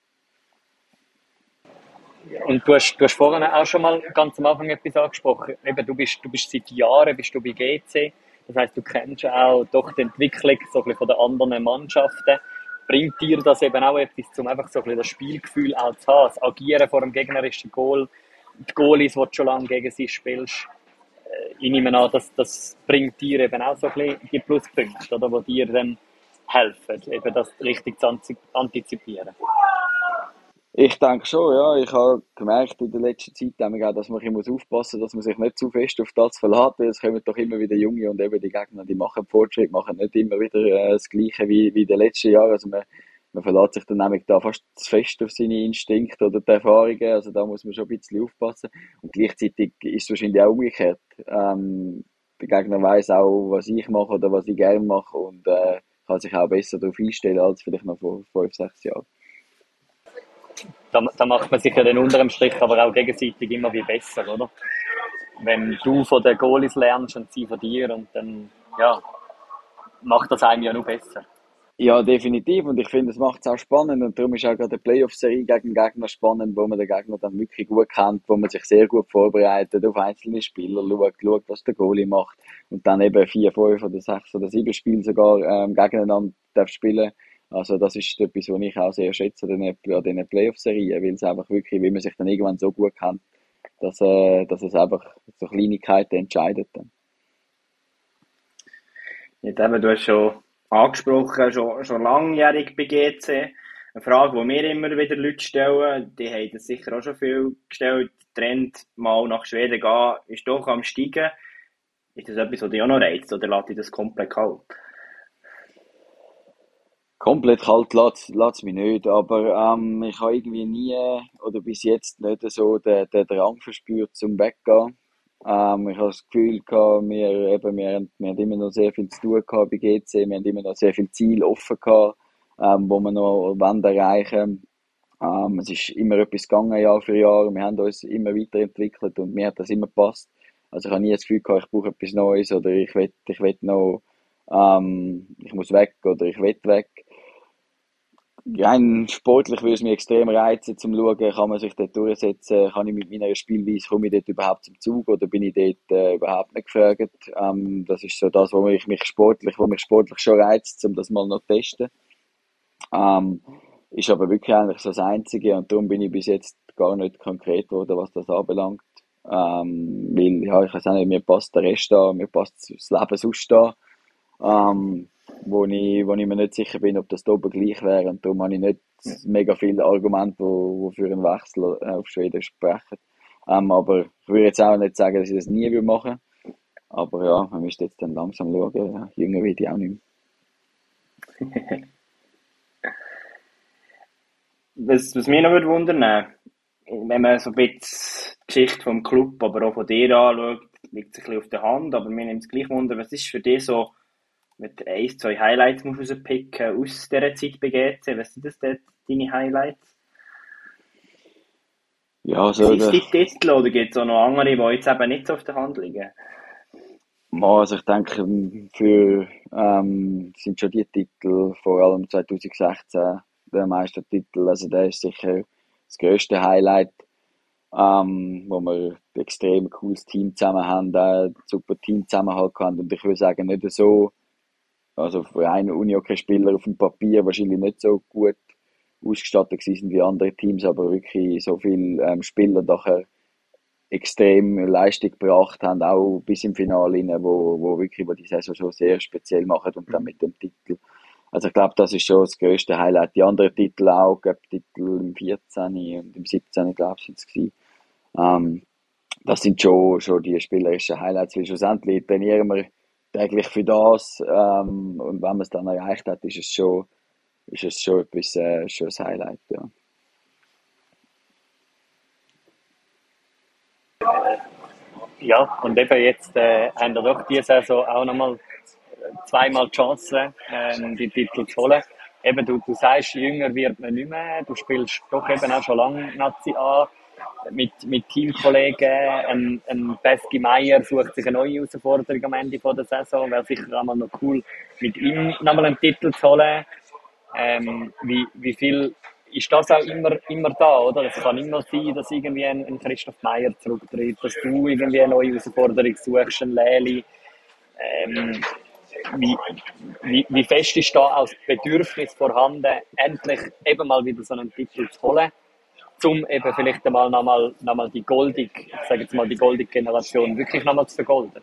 C: Und du hast vorhin auch schon mal ganz am Anfang etwas angesprochen. Eben, du bist seit Jahren bist du bei GC. Das heisst, du kennst auch doch die Entwicklung so ein bisschen von den anderen Mannschaften. Bringt dir das eben auch etwas, um einfach so ein bisschen das Spielgefühl auch zu haben, das Agieren vor dem gegnerischen Goal, die Goalies, die du schon lange gegen sie spielst? Ich nehme an, das bringt dir eben auch so ein bisschen die Pluspunkte, oder, die dir dann helfen, eben das richtig zu antizipieren.
D: Ich denke schon, ja. Ich habe gemerkt in der letzten Zeit, auch, dass man ein bisschen aufpassen muss, dass man sich nicht zu fest auf das verlässt. Es kommen doch immer wieder Junge und eben die Gegner, die machen Fortschritt, machen nicht immer wieder das Gleiche wie in den letzten Jahren. Also man verlässt sich dann nämlich da fast zu fest auf seine Instinkte oder die Erfahrungen. Also da muss man schon ein bisschen aufpassen. Und gleichzeitig ist es wahrscheinlich auch umgekehrt. Der Gegner weiß auch, was ich mache oder was ich gerne mache und kann sich auch besser darauf einstellen als vielleicht noch vor 5, 6 Jahren.
C: Da macht man sich ja dann unter dem Strich aber auch gegenseitig immer wie besser, oder? Wenn du von den Goalies lernst und sie von dir und dann, ja, macht das einem ja noch besser.
D: Ja, definitiv. Und ich finde, es macht es auch spannend. Und darum ist auch gerade eine Playoff-Serie gegen den Gegner spannend, wo man den Gegner dann wirklich gut kennt, wo man sich sehr gut vorbereitet auf einzelne Spieler, schaut, was der Goalie macht. Und dann eben 4, 5 oder 6 oder 7 Spiele sogar gegeneinander darf spielen. Also das ist etwas, was ich auch sehr schätze an diesen Playoff-Serien, weil es einfach wirklich, wie man sich dann irgendwann so gut kennt, dass es einfach so Kleinigkeiten entscheidet dann.
B: Jetzt eben, du hast schon angesprochen, schon langjährig bei GC. Eine Frage, die mir immer wieder Leute stellen, die haben das sicher auch schon viel gestellt, der Trend mal nach Schweden gehen, ist doch am Steigen. Ist das etwas, was dich auch noch reizt, oder lässt dich das komplett kalt?
D: Komplett kalt lässt mich nicht, aber ich habe irgendwie nie oder bis jetzt nicht so den Drang verspürt zum Weggehen. Ich habe das Gefühl gehabt, wir haben immer noch sehr viel zu tun gehabt bei GC, wir haben immer noch sehr viele Ziele offen gehabt, wo wir noch erreichen wollen. Es ist immer etwas gegangen, Jahr für Jahr, wir haben uns immer weiterentwickelt und mir hat das immer gepasst. Also ich habe nie das Gefühl gehabt, ich brauche etwas Neues oder ich will noch, ich muss weg oder ich will weg. Rein sportlich würde es mich extrem reizen, zum schauen, kann man sich dort durchsetzen, kann ich mit meiner Spielweise, komme ich dort überhaupt zum Zug oder bin ich dort überhaupt nicht gefragt. Das ist so das, wo mich sportlich schon reizt, um das mal noch zu testen. Ist aber wirklich eigentlich so das Einzige und darum bin ich bis jetzt gar nicht konkret geworden, was das anbelangt. Weil, ja, ich weiß auch nicht, mir passt der Rest da, mir passt das Leben sonst da. Wo ich mir nicht sicher bin, ob das da oben gleich wäre. Und darum habe ich nicht mega viele Argumente, wo für einen Wechsel auf Schweden sprechen. Aber ich würde jetzt auch nicht sagen, dass ich das nie machen würde. Aber ja, man müsste jetzt dann langsam schauen. Jünger werde ich auch nicht mehr.
B: Was mich noch wundern, wenn man so ein bisschen die Geschichte vom Club, aber auch von dir anschaut, liegt es ein bisschen auf der Hand, aber mir nimmt es gleich Wunder, was ist für dich so, wenn du 1, 2 Highlights musst rauspicken aus dieser Zeit bei GC, was sind das dort, deine Highlights?
D: Ja,
B: sind es die Titel oder gibt es auch noch andere, die jetzt eben nicht so auf der Hand liegen?
D: Also ich denke, sind schon die Titel, vor allem 2016, der Meistertitel, also der ist sicher das grösste Highlight, wo wir ein extrem cooles Team zusammen haben, ein super Teamzusammenhalt haben und ich würde sagen, nicht so, also für einen Unihockey-Spieler auf dem Papier wahrscheinlich nicht so gut ausgestattet gewesen sind wie andere Teams, aber wirklich so viele Spieler nachher extrem Leistung gebracht haben, auch bis im Finale rein, wo wirklich wo die Saison schon sehr speziell machen und dann mit dem Titel. Also ich glaube, das ist schon das grösste Highlight. Die anderen Titel auch, Cup-Titel im 14. und im 17. glaube ich, sind es gewesen. Das sind schon die spielerischen Highlights, weil schlussendlich trainieren wir täglich für das und wenn man es dann erreicht hat, ist es schon etwas, schon ein Highlight, ja.
C: Ja, und eben jetzt haben wir doch diese Saison auch nochmal zweimal die Chance, die Titel zu holen. Eben, du sagst, jünger wird man nicht mehr, du spielst doch eben auch schon lange Nazi an, mit Teamkollegen. Ein Pesky Meier sucht sich eine neue Herausforderung am Ende der Saison, wäre sicher auch mal noch cool, mit ihm nochmal einen Titel zu holen. Wie viel ist das auch immer da, oder? Es kann immer sein, dass irgendwie ein Christoph Meier zurücktritt, dass du irgendwie eine neue Herausforderung suchst, ein Leli. Wie fest ist da auch das Bedürfnis vorhanden, endlich eben mal wieder so einen Titel zu holen, um eben vielleicht einmal nochmal die die goldige Generation wirklich nochmal zu vergolden?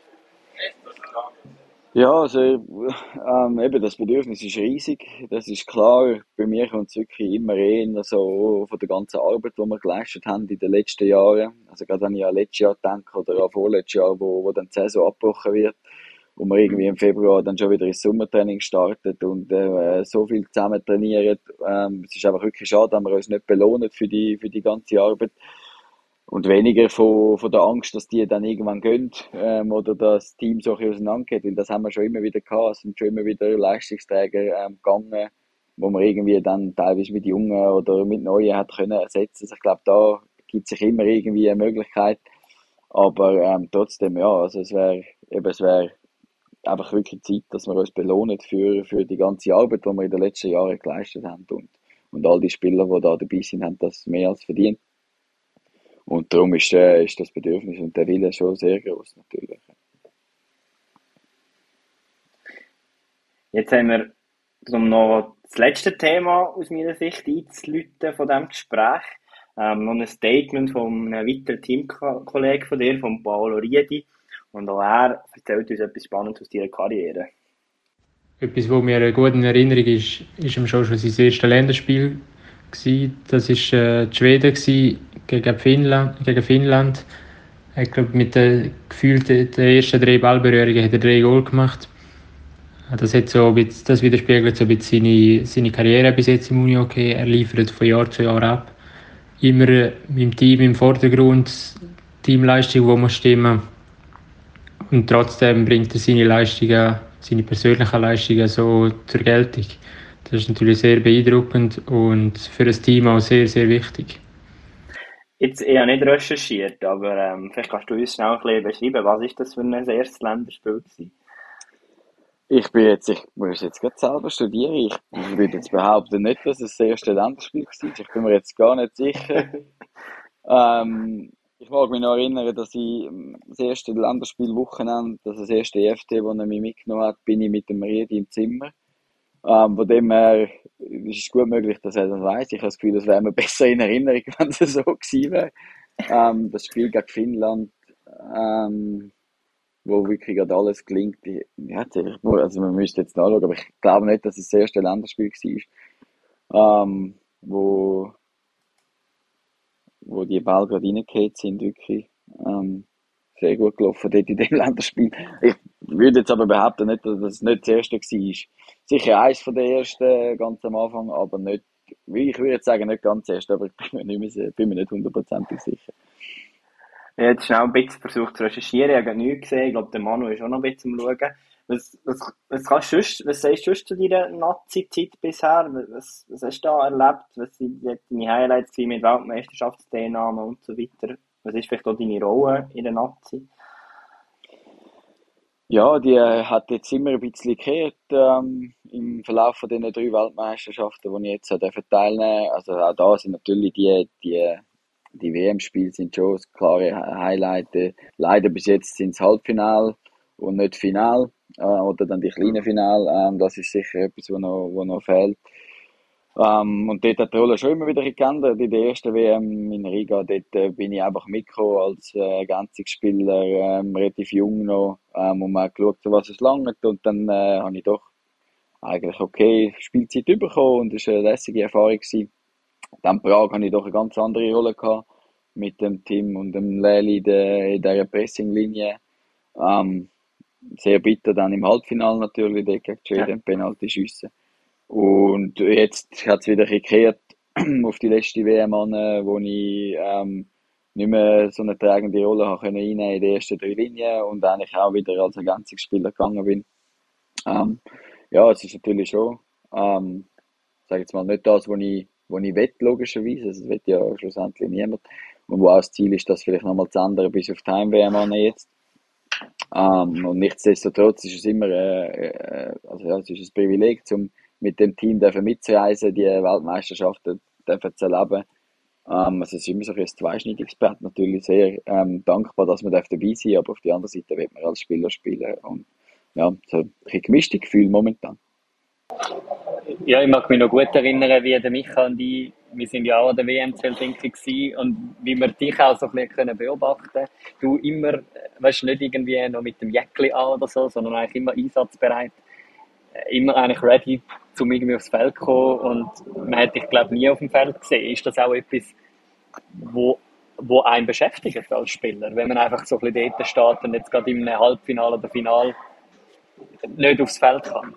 D: Ja, also eben das Bedürfnis ist riesig, das ist klar. Bei mir kommt es wirklich immer eher so von der ganzen Arbeit, die wir geleistet haben in den letzten Jahren. Also gerade wenn ich an letztes Jahr denke oder an vorletztes Jahr, wo dann die Saison abgebrochen wird und wir irgendwie im Februar dann schon wieder ins Sommertraining startet und so viel zusammen trainieren. Es ist einfach wirklich schade, dass wir uns nicht belohnen für die ganze Arbeit. Und weniger von der Angst, dass die dann irgendwann gehen oder das Team so ein bisschen auseinandergeht. Weil das haben wir schon immer wieder gehabt. Es sind schon immer wieder Leistungsträger gegangen, wo man irgendwie dann teilweise mit Jungen oder mit Neuen hat können ersetzen. Also ich glaube, da gibt es sich immer irgendwie eine Möglichkeit. Aber trotzdem, ja, also es wäre einfach wirklich Zeit, dass wir uns belohnen für die ganze Arbeit, die wir in den letzten Jahren geleistet haben. Und all die Spieler, die da dabei sind, haben das mehr als verdient. Und darum ist das Bedürfnis und der Wille schon sehr groß natürlich.
B: Jetzt haben wir, um noch das letzte Thema aus meiner Sicht einzuläuten von diesem Gespräch, noch ein Statement von einem weiteren Teamkollegen von dir, von Paolo Riedi. Und auch er erzählt uns etwas Spannendes aus deiner Karriere.
F: Etwas, was mir gut in Erinnerung ist ihm schon sein erstes Länderspiel gewesen. Das war Schweden gegen Finnland. Ich glaube, mit den ersten 3 Ballberührungen hat er 3 Goal gemacht. Das widerspiegelt so ein bisschen seine Karriere bis jetzt im Unihockey. Er liefert von Jahr zu Jahr ab. Immer mit dem Team im Vordergrund, Teamleistung, die muss stimmen. Und trotzdem bringt er seine persönlichen Leistungen so zur Geltung. Das ist natürlich sehr beeindruckend und für das Team auch sehr, sehr wichtig.
B: Jetzt, ich habe nicht recherchiert, aber vielleicht kannst du uns schnell ein bisschen beschreiben, was ist das für ein erstes Länderspiel gewesen?
D: Ich muss jetzt gerade selber studieren. Ich würde jetzt behaupten, nicht, dass es das erste Länderspiel war. Ich bin mir jetzt gar nicht sicher. Ich mag mich noch erinnern, dass ich das erste Länderspielwochenende, das erste EFT, das er mich mitgenommen hat, bin ich mit dem Riedi im Zimmer. Von dem her ist es gut möglich, dass er das weiss. Ich habe das Gefühl, das wäre mir besser in Erinnerung, wenn es so gewesen wäre. Das Spiel gegen Finnland, wo wirklich gerade alles gelingt. Ja, also man müsste jetzt nachschauen, aber ich glaube nicht, dass es das erste Länderspiel war, wo die Bälle gerade reingefallen sind, wirklich sehr gut gelaufen dort in dem Länderspiel. Ich würde jetzt aber behaupten, nicht, dass es nicht das erste war. Sicher eins von den ersten, ganz am Anfang, aber nicht, ich würde jetzt sagen, nicht ganz das erste, aber ich bin mir nicht 100% sicher.
B: Ich habe jetzt schnell ein bisschen versucht zu recherchieren, ich habe nichts gesehen, ich glaube, der Manu ist auch noch ein bisschen am Schauen. Was sagst du zu deiner Nazi-Zeit bisher? Was hast du da erlebt? Was sind deine Highlights gewesen mit Weltmeisterschaftsteilnahmen und so weiter? Was ist vielleicht auch deine Rolle in der Nazi?
D: Ja, die hat jetzt immer ein bisschen gekehrt im Verlauf von diesen 3 Weltmeisterschaften, die ich jetzt teilnehmen durfte. Also auch da sind natürlich die WM-Spiele sind schon das klare Highlight. Leider bis jetzt sind es Halbfinale und nicht Final oder dann die kleinen Finale. Das ist sicher etwas, wo noch fehlt. Und dort hat die Rolle schon immer wieder geändert. In der ersten WM in Riga, dort bin ich einfach mitgekommen als Ergänzungsspieler, relativ jung noch, und man hat geschaut, was es langt. Und dann habe ich doch eigentlich okay Spielzeit bekommen und es war eine lässige Erfahrung gewesen. Dann in Prag hatte ich doch eine ganz andere Rolle gehabt, mit dem Team und dem Leli in dieser Pressinglinie. Sehr bitter dann im Halbfinale natürlich, dort gegen Schweden, Penalty-Schüsse. Und jetzt hat es wieder gekehrt auf die letzte WM an, wo ich nicht mehr so eine tragende Rolle habe können in den ersten 3 Linien und eigentlich auch wieder als Ergänzungsspieler gegangen bin. Ja, es ist natürlich schon, sage jetzt mal, nicht das, was ich will, logischerweise. Das will ja schlussendlich niemand. Und wo auch das Ziel ist, das vielleicht nochmal zu ändern bis auf die Heim-WM an jetzt. Und nichtsdestotrotz ist es immer, also ja, es ist ein Privileg, mit dem Team mitzureisen, die Weltmeisterschaften zu erleben. Also es ist immer so ein zweischneidiges Brett, natürlich sehr dankbar, dass man dabei sein darf, aber auf der anderen Seite wird man als Spieler spielen und ja, so ein gemischtes Gefühl momentan.
C: Ja, ich mag mich noch gut erinnern, wie der Micha und ich, wir sind ja auch an der WM zu Helsinki gewesen und wie wir dich auch so ein bisschen beobachten können. Du immer, weißt, nicht irgendwie noch mit dem Jäckli an oder so, sondern eigentlich immer einsatzbereit. Immer eigentlich ready, um irgendwie aufs Feld zu kommen und man hat dich, glaube ich, nie auf dem Feld gesehen. Ist das auch etwas, wo einen beschäftigt als Spieler, wenn man einfach so ein bisschen dort steht und jetzt gerade in einem Halbfinale oder Finale nicht aufs Feld kann?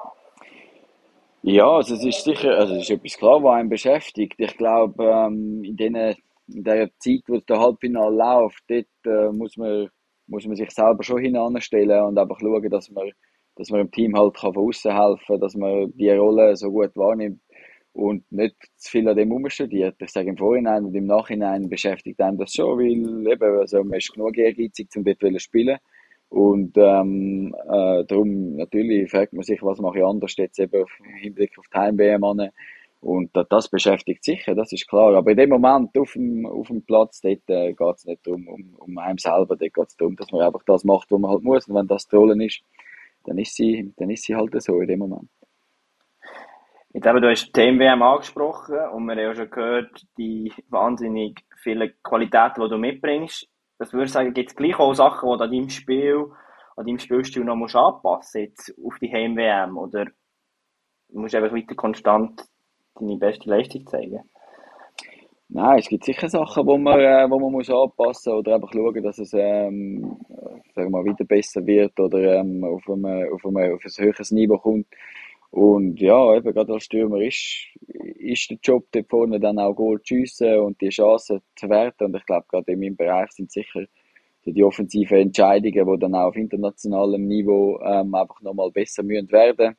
D: Ja, also es ist sicher, also es ist etwas klar, was einen beschäftigt. Ich glaube, in der Zeit, wo der Halbfinale läuft, dort muss man sich selber schon hinanstellen und einfach schauen, dass man dem Team halt von außen helfen kann, dass man die Rolle so gut wahrnimmt und nicht zu viel an dem umstudiert. Ich sage im Vorhinein und im Nachhinein beschäftigt einem das schon, weil eben, also man ist genug ehrgeizig, um dort zu spielen. Und darum natürlich fragt man sich, was mache ich anders jetzt eben im Hinblick auf die Heim-WM an. Und das beschäftigt sicher, das ist klar. Aber in dem Moment auf dem Platz, dort geht es nicht um einem selber, dort geht es darum, dass man einfach das macht, was man halt muss. Und wenn das die Rolle ist, dann ist sie halt so in dem Moment.
B: Jetzt eben, du hast die Heim-WM angesprochen und wir haben ja schon gehört, die wahnsinnig vielen Qualitäten, die du mitbringst. Was würde ich sagen, gibt es gleich auch Sachen, die du an deinem Spielstil noch anpassen musst, jetzt auf die Heim-WM? Oder musst du einfach weiter konstant deine beste Leistung zeigen?
D: Nein, es gibt sicher Sachen, wo man muss anpassen oder einfach schauen, dass es sagen wir mal, wieder besser wird oder auf ein höheres Niveau kommt. Und ja, eben gerade als Stürmer ist der Job dort vorne dann auch Goal zu schiessen und die Chancen zu werten. Und ich glaube, gerade in meinem Bereich sind sicher so die offensiven Entscheidungen, die dann auch auf internationalem Niveau einfach nochmal besser müssen werden.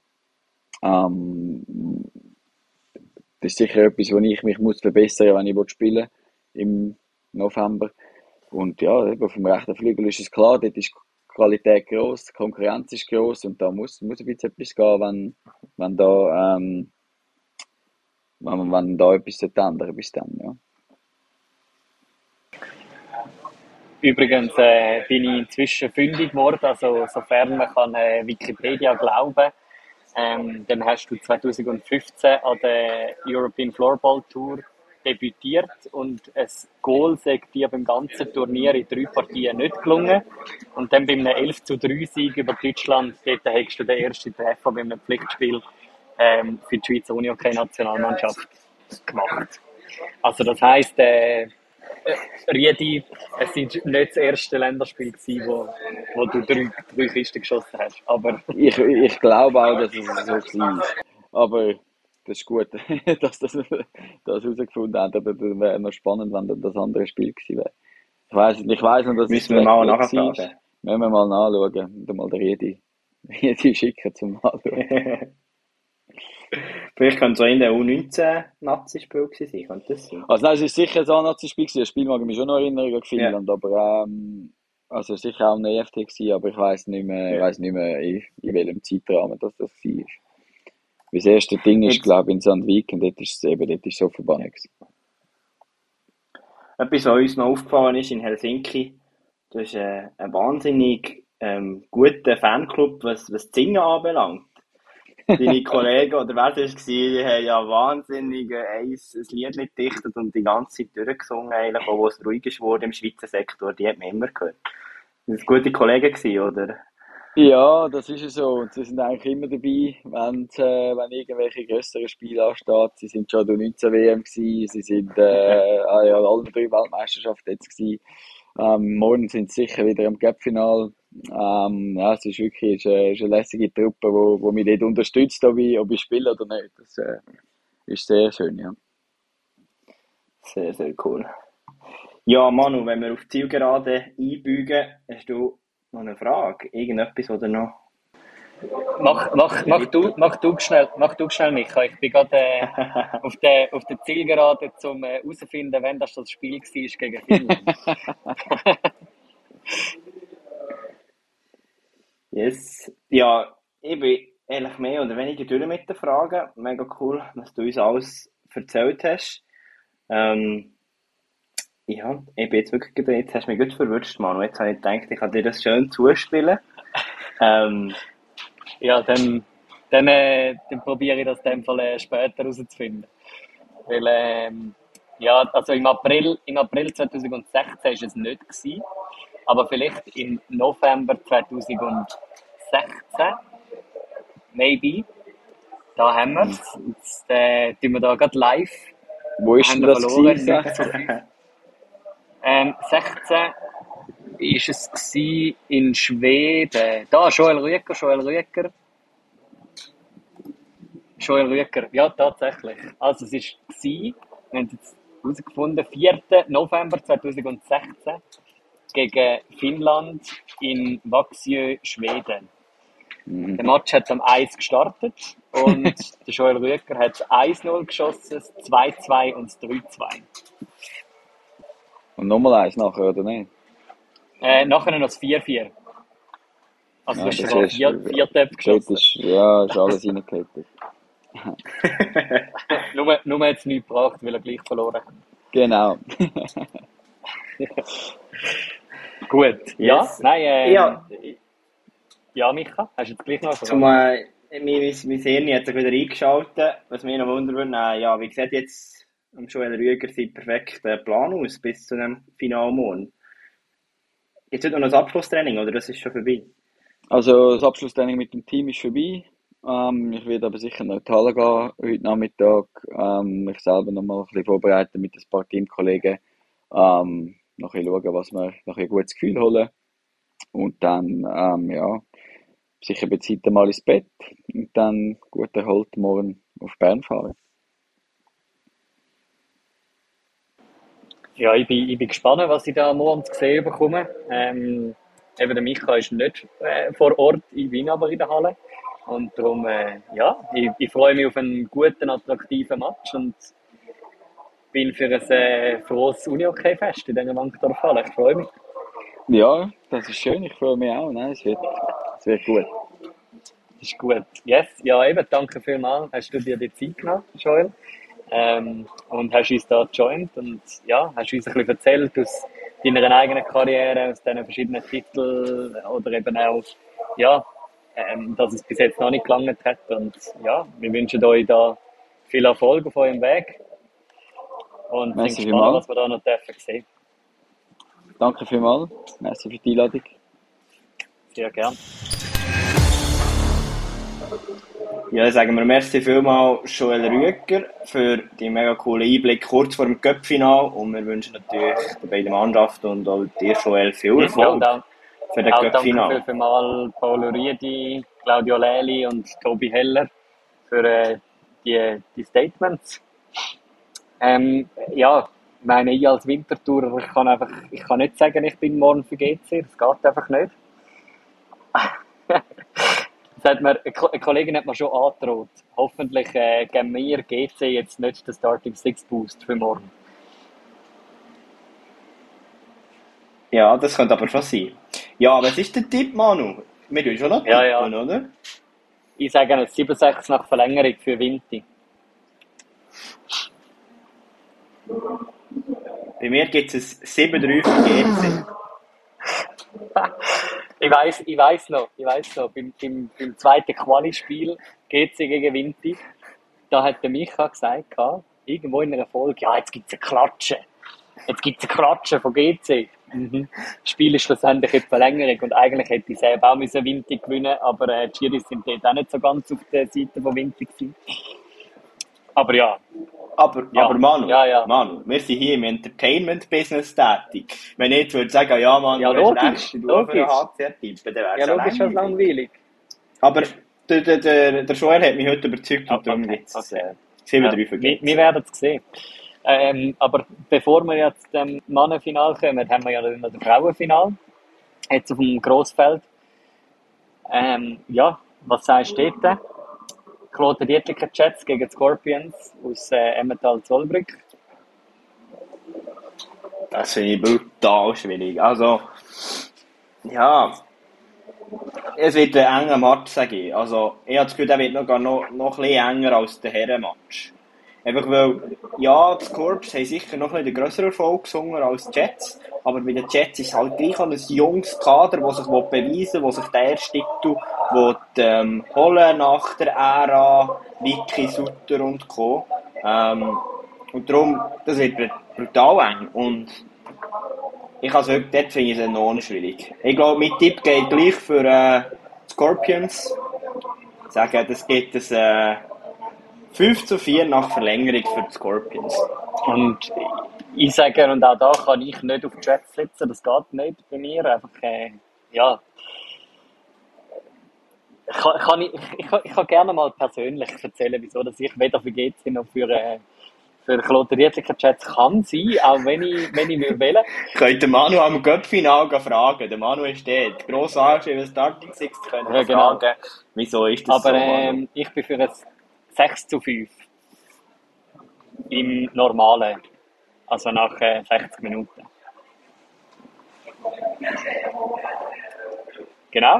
D: Das ist sicher etwas, wo ich mich muss verbessern muss, wenn ich spielen im November. Und ja, eben auf dem rechten Flügel ist es klar, dort ist die Qualität gross, die Konkurrenz ist gross und da muss ein bisschen etwas gehen, wenn da etwas ändern bis dann, ja.
C: Übrigens bin ich inzwischen fündig geworden, also sofern man kann Wikipedia glauben. Dann hast du 2015 an der European Floorball Tour debütiert und ein Goal sagt dir beim ganzen Turnier in 3 Partien nicht gelungen. Und dann bei einem 11:3 Sieg über Deutschland, dort hast du den ersten Treffer bei einem Pflichtspiel für die Schweizer Unihockey-Nationalmannschaft gemacht. Also das heisst, Riedi, es war nicht das erste Länderspiel gewesen, wo du 3 Kisten geschossen hast. Aber
D: ich glaube auch, dass es so war. Aber das ist gut, dass das herausgefunden haben. Aber das wäre noch spannend, wenn das andere Spiel gewesen wäre. Ich weiss noch, dass
B: müssen wir mal nachfragen.
D: Müssen wir mal nachschauen und mal den Riedi Die schicken zum Anschauen.
B: Vielleicht könnte es auch in der U19-Nazi-Spiel gewesen sein, könnte das sein?
D: Also nein, es ist sicher ein Nazi-Spiel gewesen. Das Spiel mag ich mich schon noch erinnern an Finnland, aber also sicher auch ein EFT gewesen, aber ich weiss nicht mehr in welchem Zeitrahmen das war. Weil das erste Ding ist, glaube ich, in Sandvik und dort ist es so verbannt gewesen.
B: Etwas, was uns noch aufgefallen ist in Helsinki, das ist ein wahnsinnig guter Fanclub, was das Singen anbelangt. Deine Kollegen, oder wer das war, die haben ja wahnsinnig ein Lied gedichtet und die ganze Zeit durchgesungen, eigentlich, auch wo es ruhig ist wurde im Schweizer Sektor, die hat man immer gehört. Das waren gute Kollegen gewesen, oder?
D: Ja, das ist ja so. Und sie sind eigentlich immer dabei, wenn irgendwelche grösseren Spiele anstehen. Sie sind schon der 19 WM gewesen, sie sind alle 3 Weltmeisterschaften jetzt gewesen. Morgen sind sie sicher wieder im Cup-Final. Ja, es ist wirklich ist eine lässige Truppe, wo mich dort unterstützt, ob ich spiele oder nicht. Das ist sehr schön, ja.
B: Sehr, sehr cool. Ja, Manu, wenn wir auf die Zielgerade einbeugen, hast du noch eine Frage? Irgendetwas oder noch?
C: Mach du schnell, Micha. Ich bin gerade auf der Zielgerade, um herauszufinden, wann das Spiel war gegen Finnland.
B: Yes. Ja, ich bin eigentlich mehr oder weniger durch mit den Fragen. Mega cool, dass du uns alles erzählt hast. Ja, ich bin jetzt wirklich, jetzt hast du mich gut verwirrt, Manu. Jetzt habe ich gedacht, ich kann dir das schön zuspielen.
C: Ja, dann probiere ich das in dem Fall später herauszufinden. Weil, ja, also im April 2016 war es nicht gewesen, aber vielleicht im November 2016, maybe, da haben wir es. Jetzt tun wir da gerade live.
D: Wo ist denn das gewesen?
C: 16 ist es gewesen in Schweden. Da, Joel Rüeger. Ja, tatsächlich. Also es ist gewesen, wir haben es jetzt herausgefunden, 4. November 2016 gegen Finnland in Vaxjö, Schweden. Der Match hat am 1 gestartet und der Joel Rüeger hat das 1-0 geschossen, das 2-2 und das 3-2.
D: Und nochmal 1 nachher, oder nicht?
C: Nachher noch das 4-4. Also
D: Ja,
C: du hast sogar 4 Töpfe geschossen.
D: Ist alles reingeklettert.
C: Nur hat es nichts gebracht, weil er gleich verloren hat.
D: Genau.
C: Gut.
B: Yes.
C: Ja, Micha, hast du jetzt gleich noch eine Frage?
B: Mein Hirn hat sich wieder eingeschaltet. Was mich noch wundern würde, ja, wie sieht jetzt Joel Rüeger seinen perfekten Plan aus bis zu dem Finalmorgen? Gibt es heute noch ein Abschlusstraining oder das ist schon vorbei?
D: Also das Abschlusstraining mit dem Team ist vorbei. Ich werde aber sicher noch in die Halle gehen heute Nachmittag. Mich selber noch mal ein bisschen vorbereiten mit ein paar Teamkollegen. Noch ein bisschen schauen, was wir noch ein gutes Gefühl holen. Und dann, ja, sicher bei Zeit mal ins Bett und dann gut erholt morgen auf Bern fahren.
C: Ja, ich bin gespannt, was ich da morgen zu sehen bekomme. Eben der Micha ist nicht vor Ort, ich bin aber in der Halle. Und darum, ja, ich freue mich auf einen guten, attraktiven Match und bin für ein frohes Uni-Hockey-Fest in dieser Wankdorf-Halle. Ich freue mich.
D: Ja, das ist schön, ich freue mich auch. Nein, es wird gut.
C: Das ist gut. Yes, ja eben, danke vielmals. Hast du dir die Zeit genommen, Joel? Und hast uns da gejoint und ja, hast uns ein bisschen erzählt aus deiner eigenen Karriere, aus diesen verschiedenen Titeln oder eben auch, ja, dass es bis jetzt noch nicht gelangt hat. Und ja, wir wünschen euch da viel Erfolg auf eurem Weg und sind gespannt, was wir da noch sehen.
D: Danke vielmals. Merci für die Einladung.
C: Sehr gern.
B: Ja, sagen wir merci vielmals Joel Rüeger für die mega coolen Einblick kurz vor dem Cup-Final und wir wünschen natürlich den beiden Mannschaften und auch dir, Joel, viel Erfolg für den Cup-Final.
C: Danke vielmals Paolo Riedi, Claudio Leli und Tobi Heller für die Statements. Ja, meine, ich als Wintertourer, ich kann nicht sagen, ich bin morgen für GC, das geht einfach nicht. Eine Kollegin hat mir schon angedroht. Hoffentlich geben wir GC jetzt nicht den Starting Six Boost für morgen.
B: Ja, das könnte aber schon sein. Ja, was ist der Tipp, Manu? Wir tun schon noch
C: Ja,
B: tippen,
C: ja.
B: oder?
C: Ich sage ein 7-6 nach Verlängerung für Vinti.
B: Bei mir gibt es ein 7-3 für GC.
C: Ich weiß noch. Beim zweiten Quali-Spiel GC gegen Vinti, da hat der Micha gesagt, irgendwo in einer Folge, ja, jetzt gibt es eine Klatsche. Jetzt gibt es eine Klatsche von GC. Das Spiel ist schlussendlich in die Verlängerung und eigentlich hätte ich selber auch müssen Vinti gewinnen, aber die Schiris sind dort auch nicht so ganz auf der Seite von Vinti gewesen. Aber ja.
B: Aber Manu,
C: Ja.
B: Manu, wir sind hier im Entertainment-Business tätig. Wenn ich jetzt würde sagen, ja Manu,
C: Ja,
B: du hast
C: logisch,
B: recht, du für
C: logisch.
B: HCR tippen, dann wäre
C: Ja,
B: es
C: logisch, was langweilig.
B: Aber der Joel hat mich heute überzeugt und darum gibt es 7-3 für GC.
C: Wir werden es sehen. Aber bevor wir jetzt dem Mannenfinal kommen, haben wir ja noch das Frauenfinal. Jetzt auf dem Grossfeld. Ja, was sagst du dort? Kloten Dietliker Jets gegen die Scorpions aus Emmental-Zollbrück.
B: Das finde ich brutal schwierig. Also, ja, es wird ein enger Match, sage ich. Also, ich habe das Gefühl, der wird noch ein bisschen enger als der Herrenmatch. Einfach weil, ja, die Scorps haben sicher noch ein bisschen grösseren Erfolg gesungen als die Jets, aber bei den Jets ist es halt gleich ein junges Kader, das sich beweisen will, das sich den ersten Titel holen nach der Ära Vicky, Sutter und Co. Und darum, das wird brutal eng. Und ich also wirklich, dort finde ich es enorm schwierig. Ich glaube, mein Tipp geht gleich für Scorpions. Ich sage, das gibt es 5-4 nach Verlängerung für die Scorpions.
C: Und ich sage, und auch da kann ich nicht auf die Jets sitzen, das geht nicht bei mir. Einfach, ja. Ich kann gerne mal persönlich erzählen, wieso dass ich weder für GC noch für Kloten Dietliker Jets kann sein, auch wenn ich will.
B: Könnt den Manu am Cup-Final fragen. Der Manu ist dort. Gross angeschrieben, Starting Six können
C: Ja, genau.
B: fragen. Wieso ist das
C: Aber
B: so, Manu?
C: ich bin für ein 6-5 im Normalen. Also nach 60 Minuten. Genau.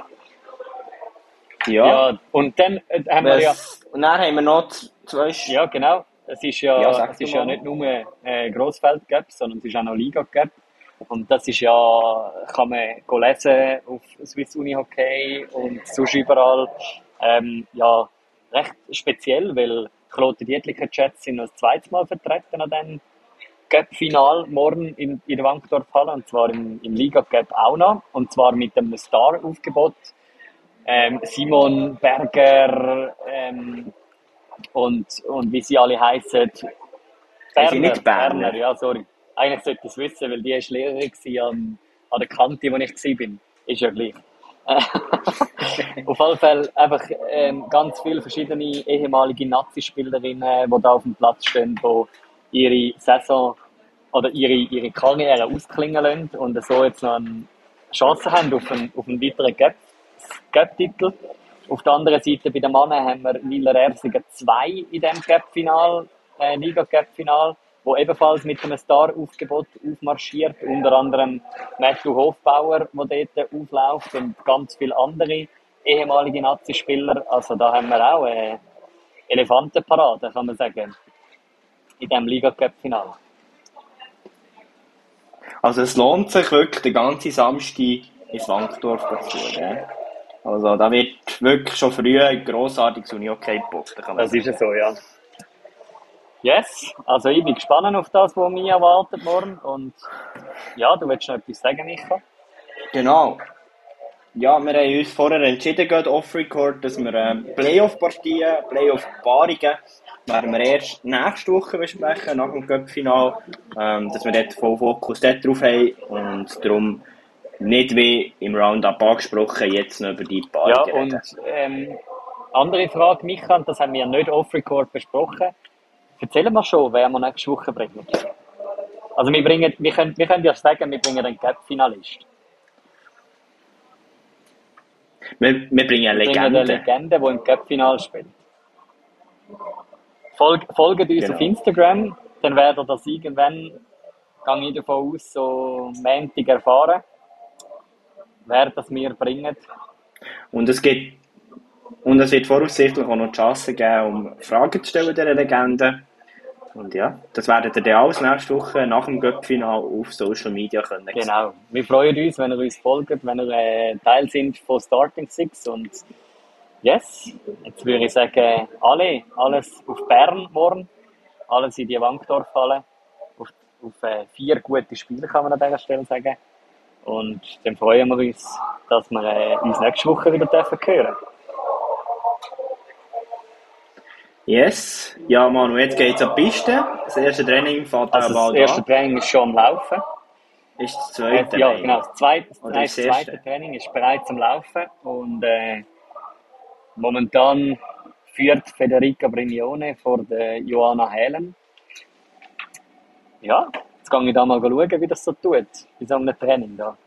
C: Ja, und dann haben wir ja...
B: Und dann haben wir noch zwei...
C: Ja, genau. Es ist ja,
B: sag
C: es ist
B: du
C: ja
B: mal.
C: nicht nur Grossfeld-Cup, sondern es ist auch noch Liga-Cup. Und das ist ja, kann man lesen auf Swiss Uni Hockey und sonst überall. Ja, recht speziell, weil Kloten Dietliker Jets sind noch das zweite Mal vertreten an diesem Cup-Final morgen in der Wankdorfhalle, und zwar im Liga-Cup auch noch, und zwar mit einem Star-Aufgebot. Simon Berger und wie sie alle heißen.
B: Sie nicht Berner?
C: Ja, sorry. Eigentlich sollte ich es wissen, weil die war Lehrerin an der Kante, wo ich war. Ist ja gleich. Auf jeden Fall einfach ganz viele verschiedene ehemalige Nazi-Spielerinnen, die da auf dem Platz stehen, die ihre Saison oder ihre Karriere ausklingen lassen und so jetzt noch eine Chance haben auf einen weiteren Cup-Titel. Auf der anderen Seite bei den Männern haben wir Wieler Ersingen 2 in diesem Cup-Final, Liga-Cup-Final, wo ebenfalls mit einem Star-Aufgebot aufmarschiert, unter anderem Matthew Hofbauer, der dort aufläuft, und ganz viele andere ehemalige Nazi-Spieler. Also da haben wir auch Elefantenparade, kann man sagen, in diesem Liga-Cup-Final.
B: Also es lohnt sich wirklich, den ganzen Samstag ins Wankdorf zu schauen. Ja? Also da wird wirklich schon früh ein grossartiges Uni-Hockey geboten.
C: Das ist ja so, ja. Yes, also ich bin gespannt auf das, was mich erwartet morgen. Und ja, du willst noch etwas sagen, Micha?
B: Genau. Ja, wir haben uns vorher entschieden, gerade off-record, dass wir Playoff-Partien, Playoff-Paarungen werden wir erst nächste Woche besprechen, nach dem Cup-Final, dass wir dort voll Fokus dort drauf haben und darum nicht wie im Roundup angesprochen, jetzt noch über die Paarungen
C: Ja, und andere Frage, Micha, und das haben wir nicht off-record besprochen. Erzählen wir schon, wer wir nächste Woche bringen. Also wir können ja sagen, wir bringen einen Cup-Finalist.
B: Wir bringen eine
C: Wir bringen eine
B: Legende.
C: Legende, die im Cup-Final spielt. Folgt uns
B: Genau.
C: auf Instagram, dann werdet ihr das irgendwann, gehe ich davon aus, so Montag erfahren, wer das wir bringen.
B: Und es wird voraussichtlich auch noch die Chance geben, um Fragen zu stellen dieser Legende. Und ja, das werdet ihr dann alles nächste Woche nach dem Cup-Final auf Social Media können.
C: Genau. Wir freuen uns, wenn ihr uns folgt, wenn ihr Teil sind von Starting Six. Und yes, jetzt würde ich sagen, alles auf Bern morgen, alles in die Wankdorf-Halle. Auf 4 gute Spiele, kann man an dieser Stelle sagen. Und dann freuen wir uns, dass wir uns nächste Woche wieder hören dürfen.
B: Yes, ja Manu, jetzt geht es an die Piste. Das erste Training fährt
C: Also das erste Training ist schon am Laufen.
B: Ist das zweite?
C: Ja, genau. Das zweite
B: erste?
C: Training ist bereits am Laufen. Und momentan führt Federica Brignone vor der Johanna Helen. Ja, jetzt gehe ich da mal schauen, wie das so tut, bei so einem Training da.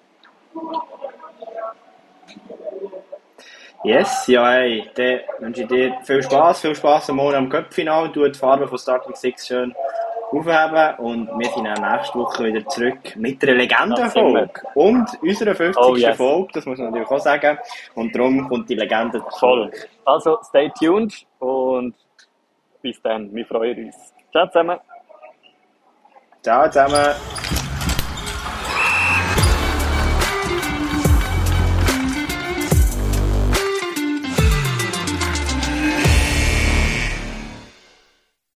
B: Yes, ja, hey, dann wünsche ich dir viel Spaß am Morgen am Cup-Final. Du die Farbe von Starting Six schön aufheben und wir sind dann nächste Woche wieder zurück mit einer Legendenfolge und unserer 50. Folge, das muss man natürlich auch sagen. Und darum kommt die Legende
C: voll. Also, stay tuned und bis dann, wir freuen uns. Ciao zusammen.
B: Ciao zusammen.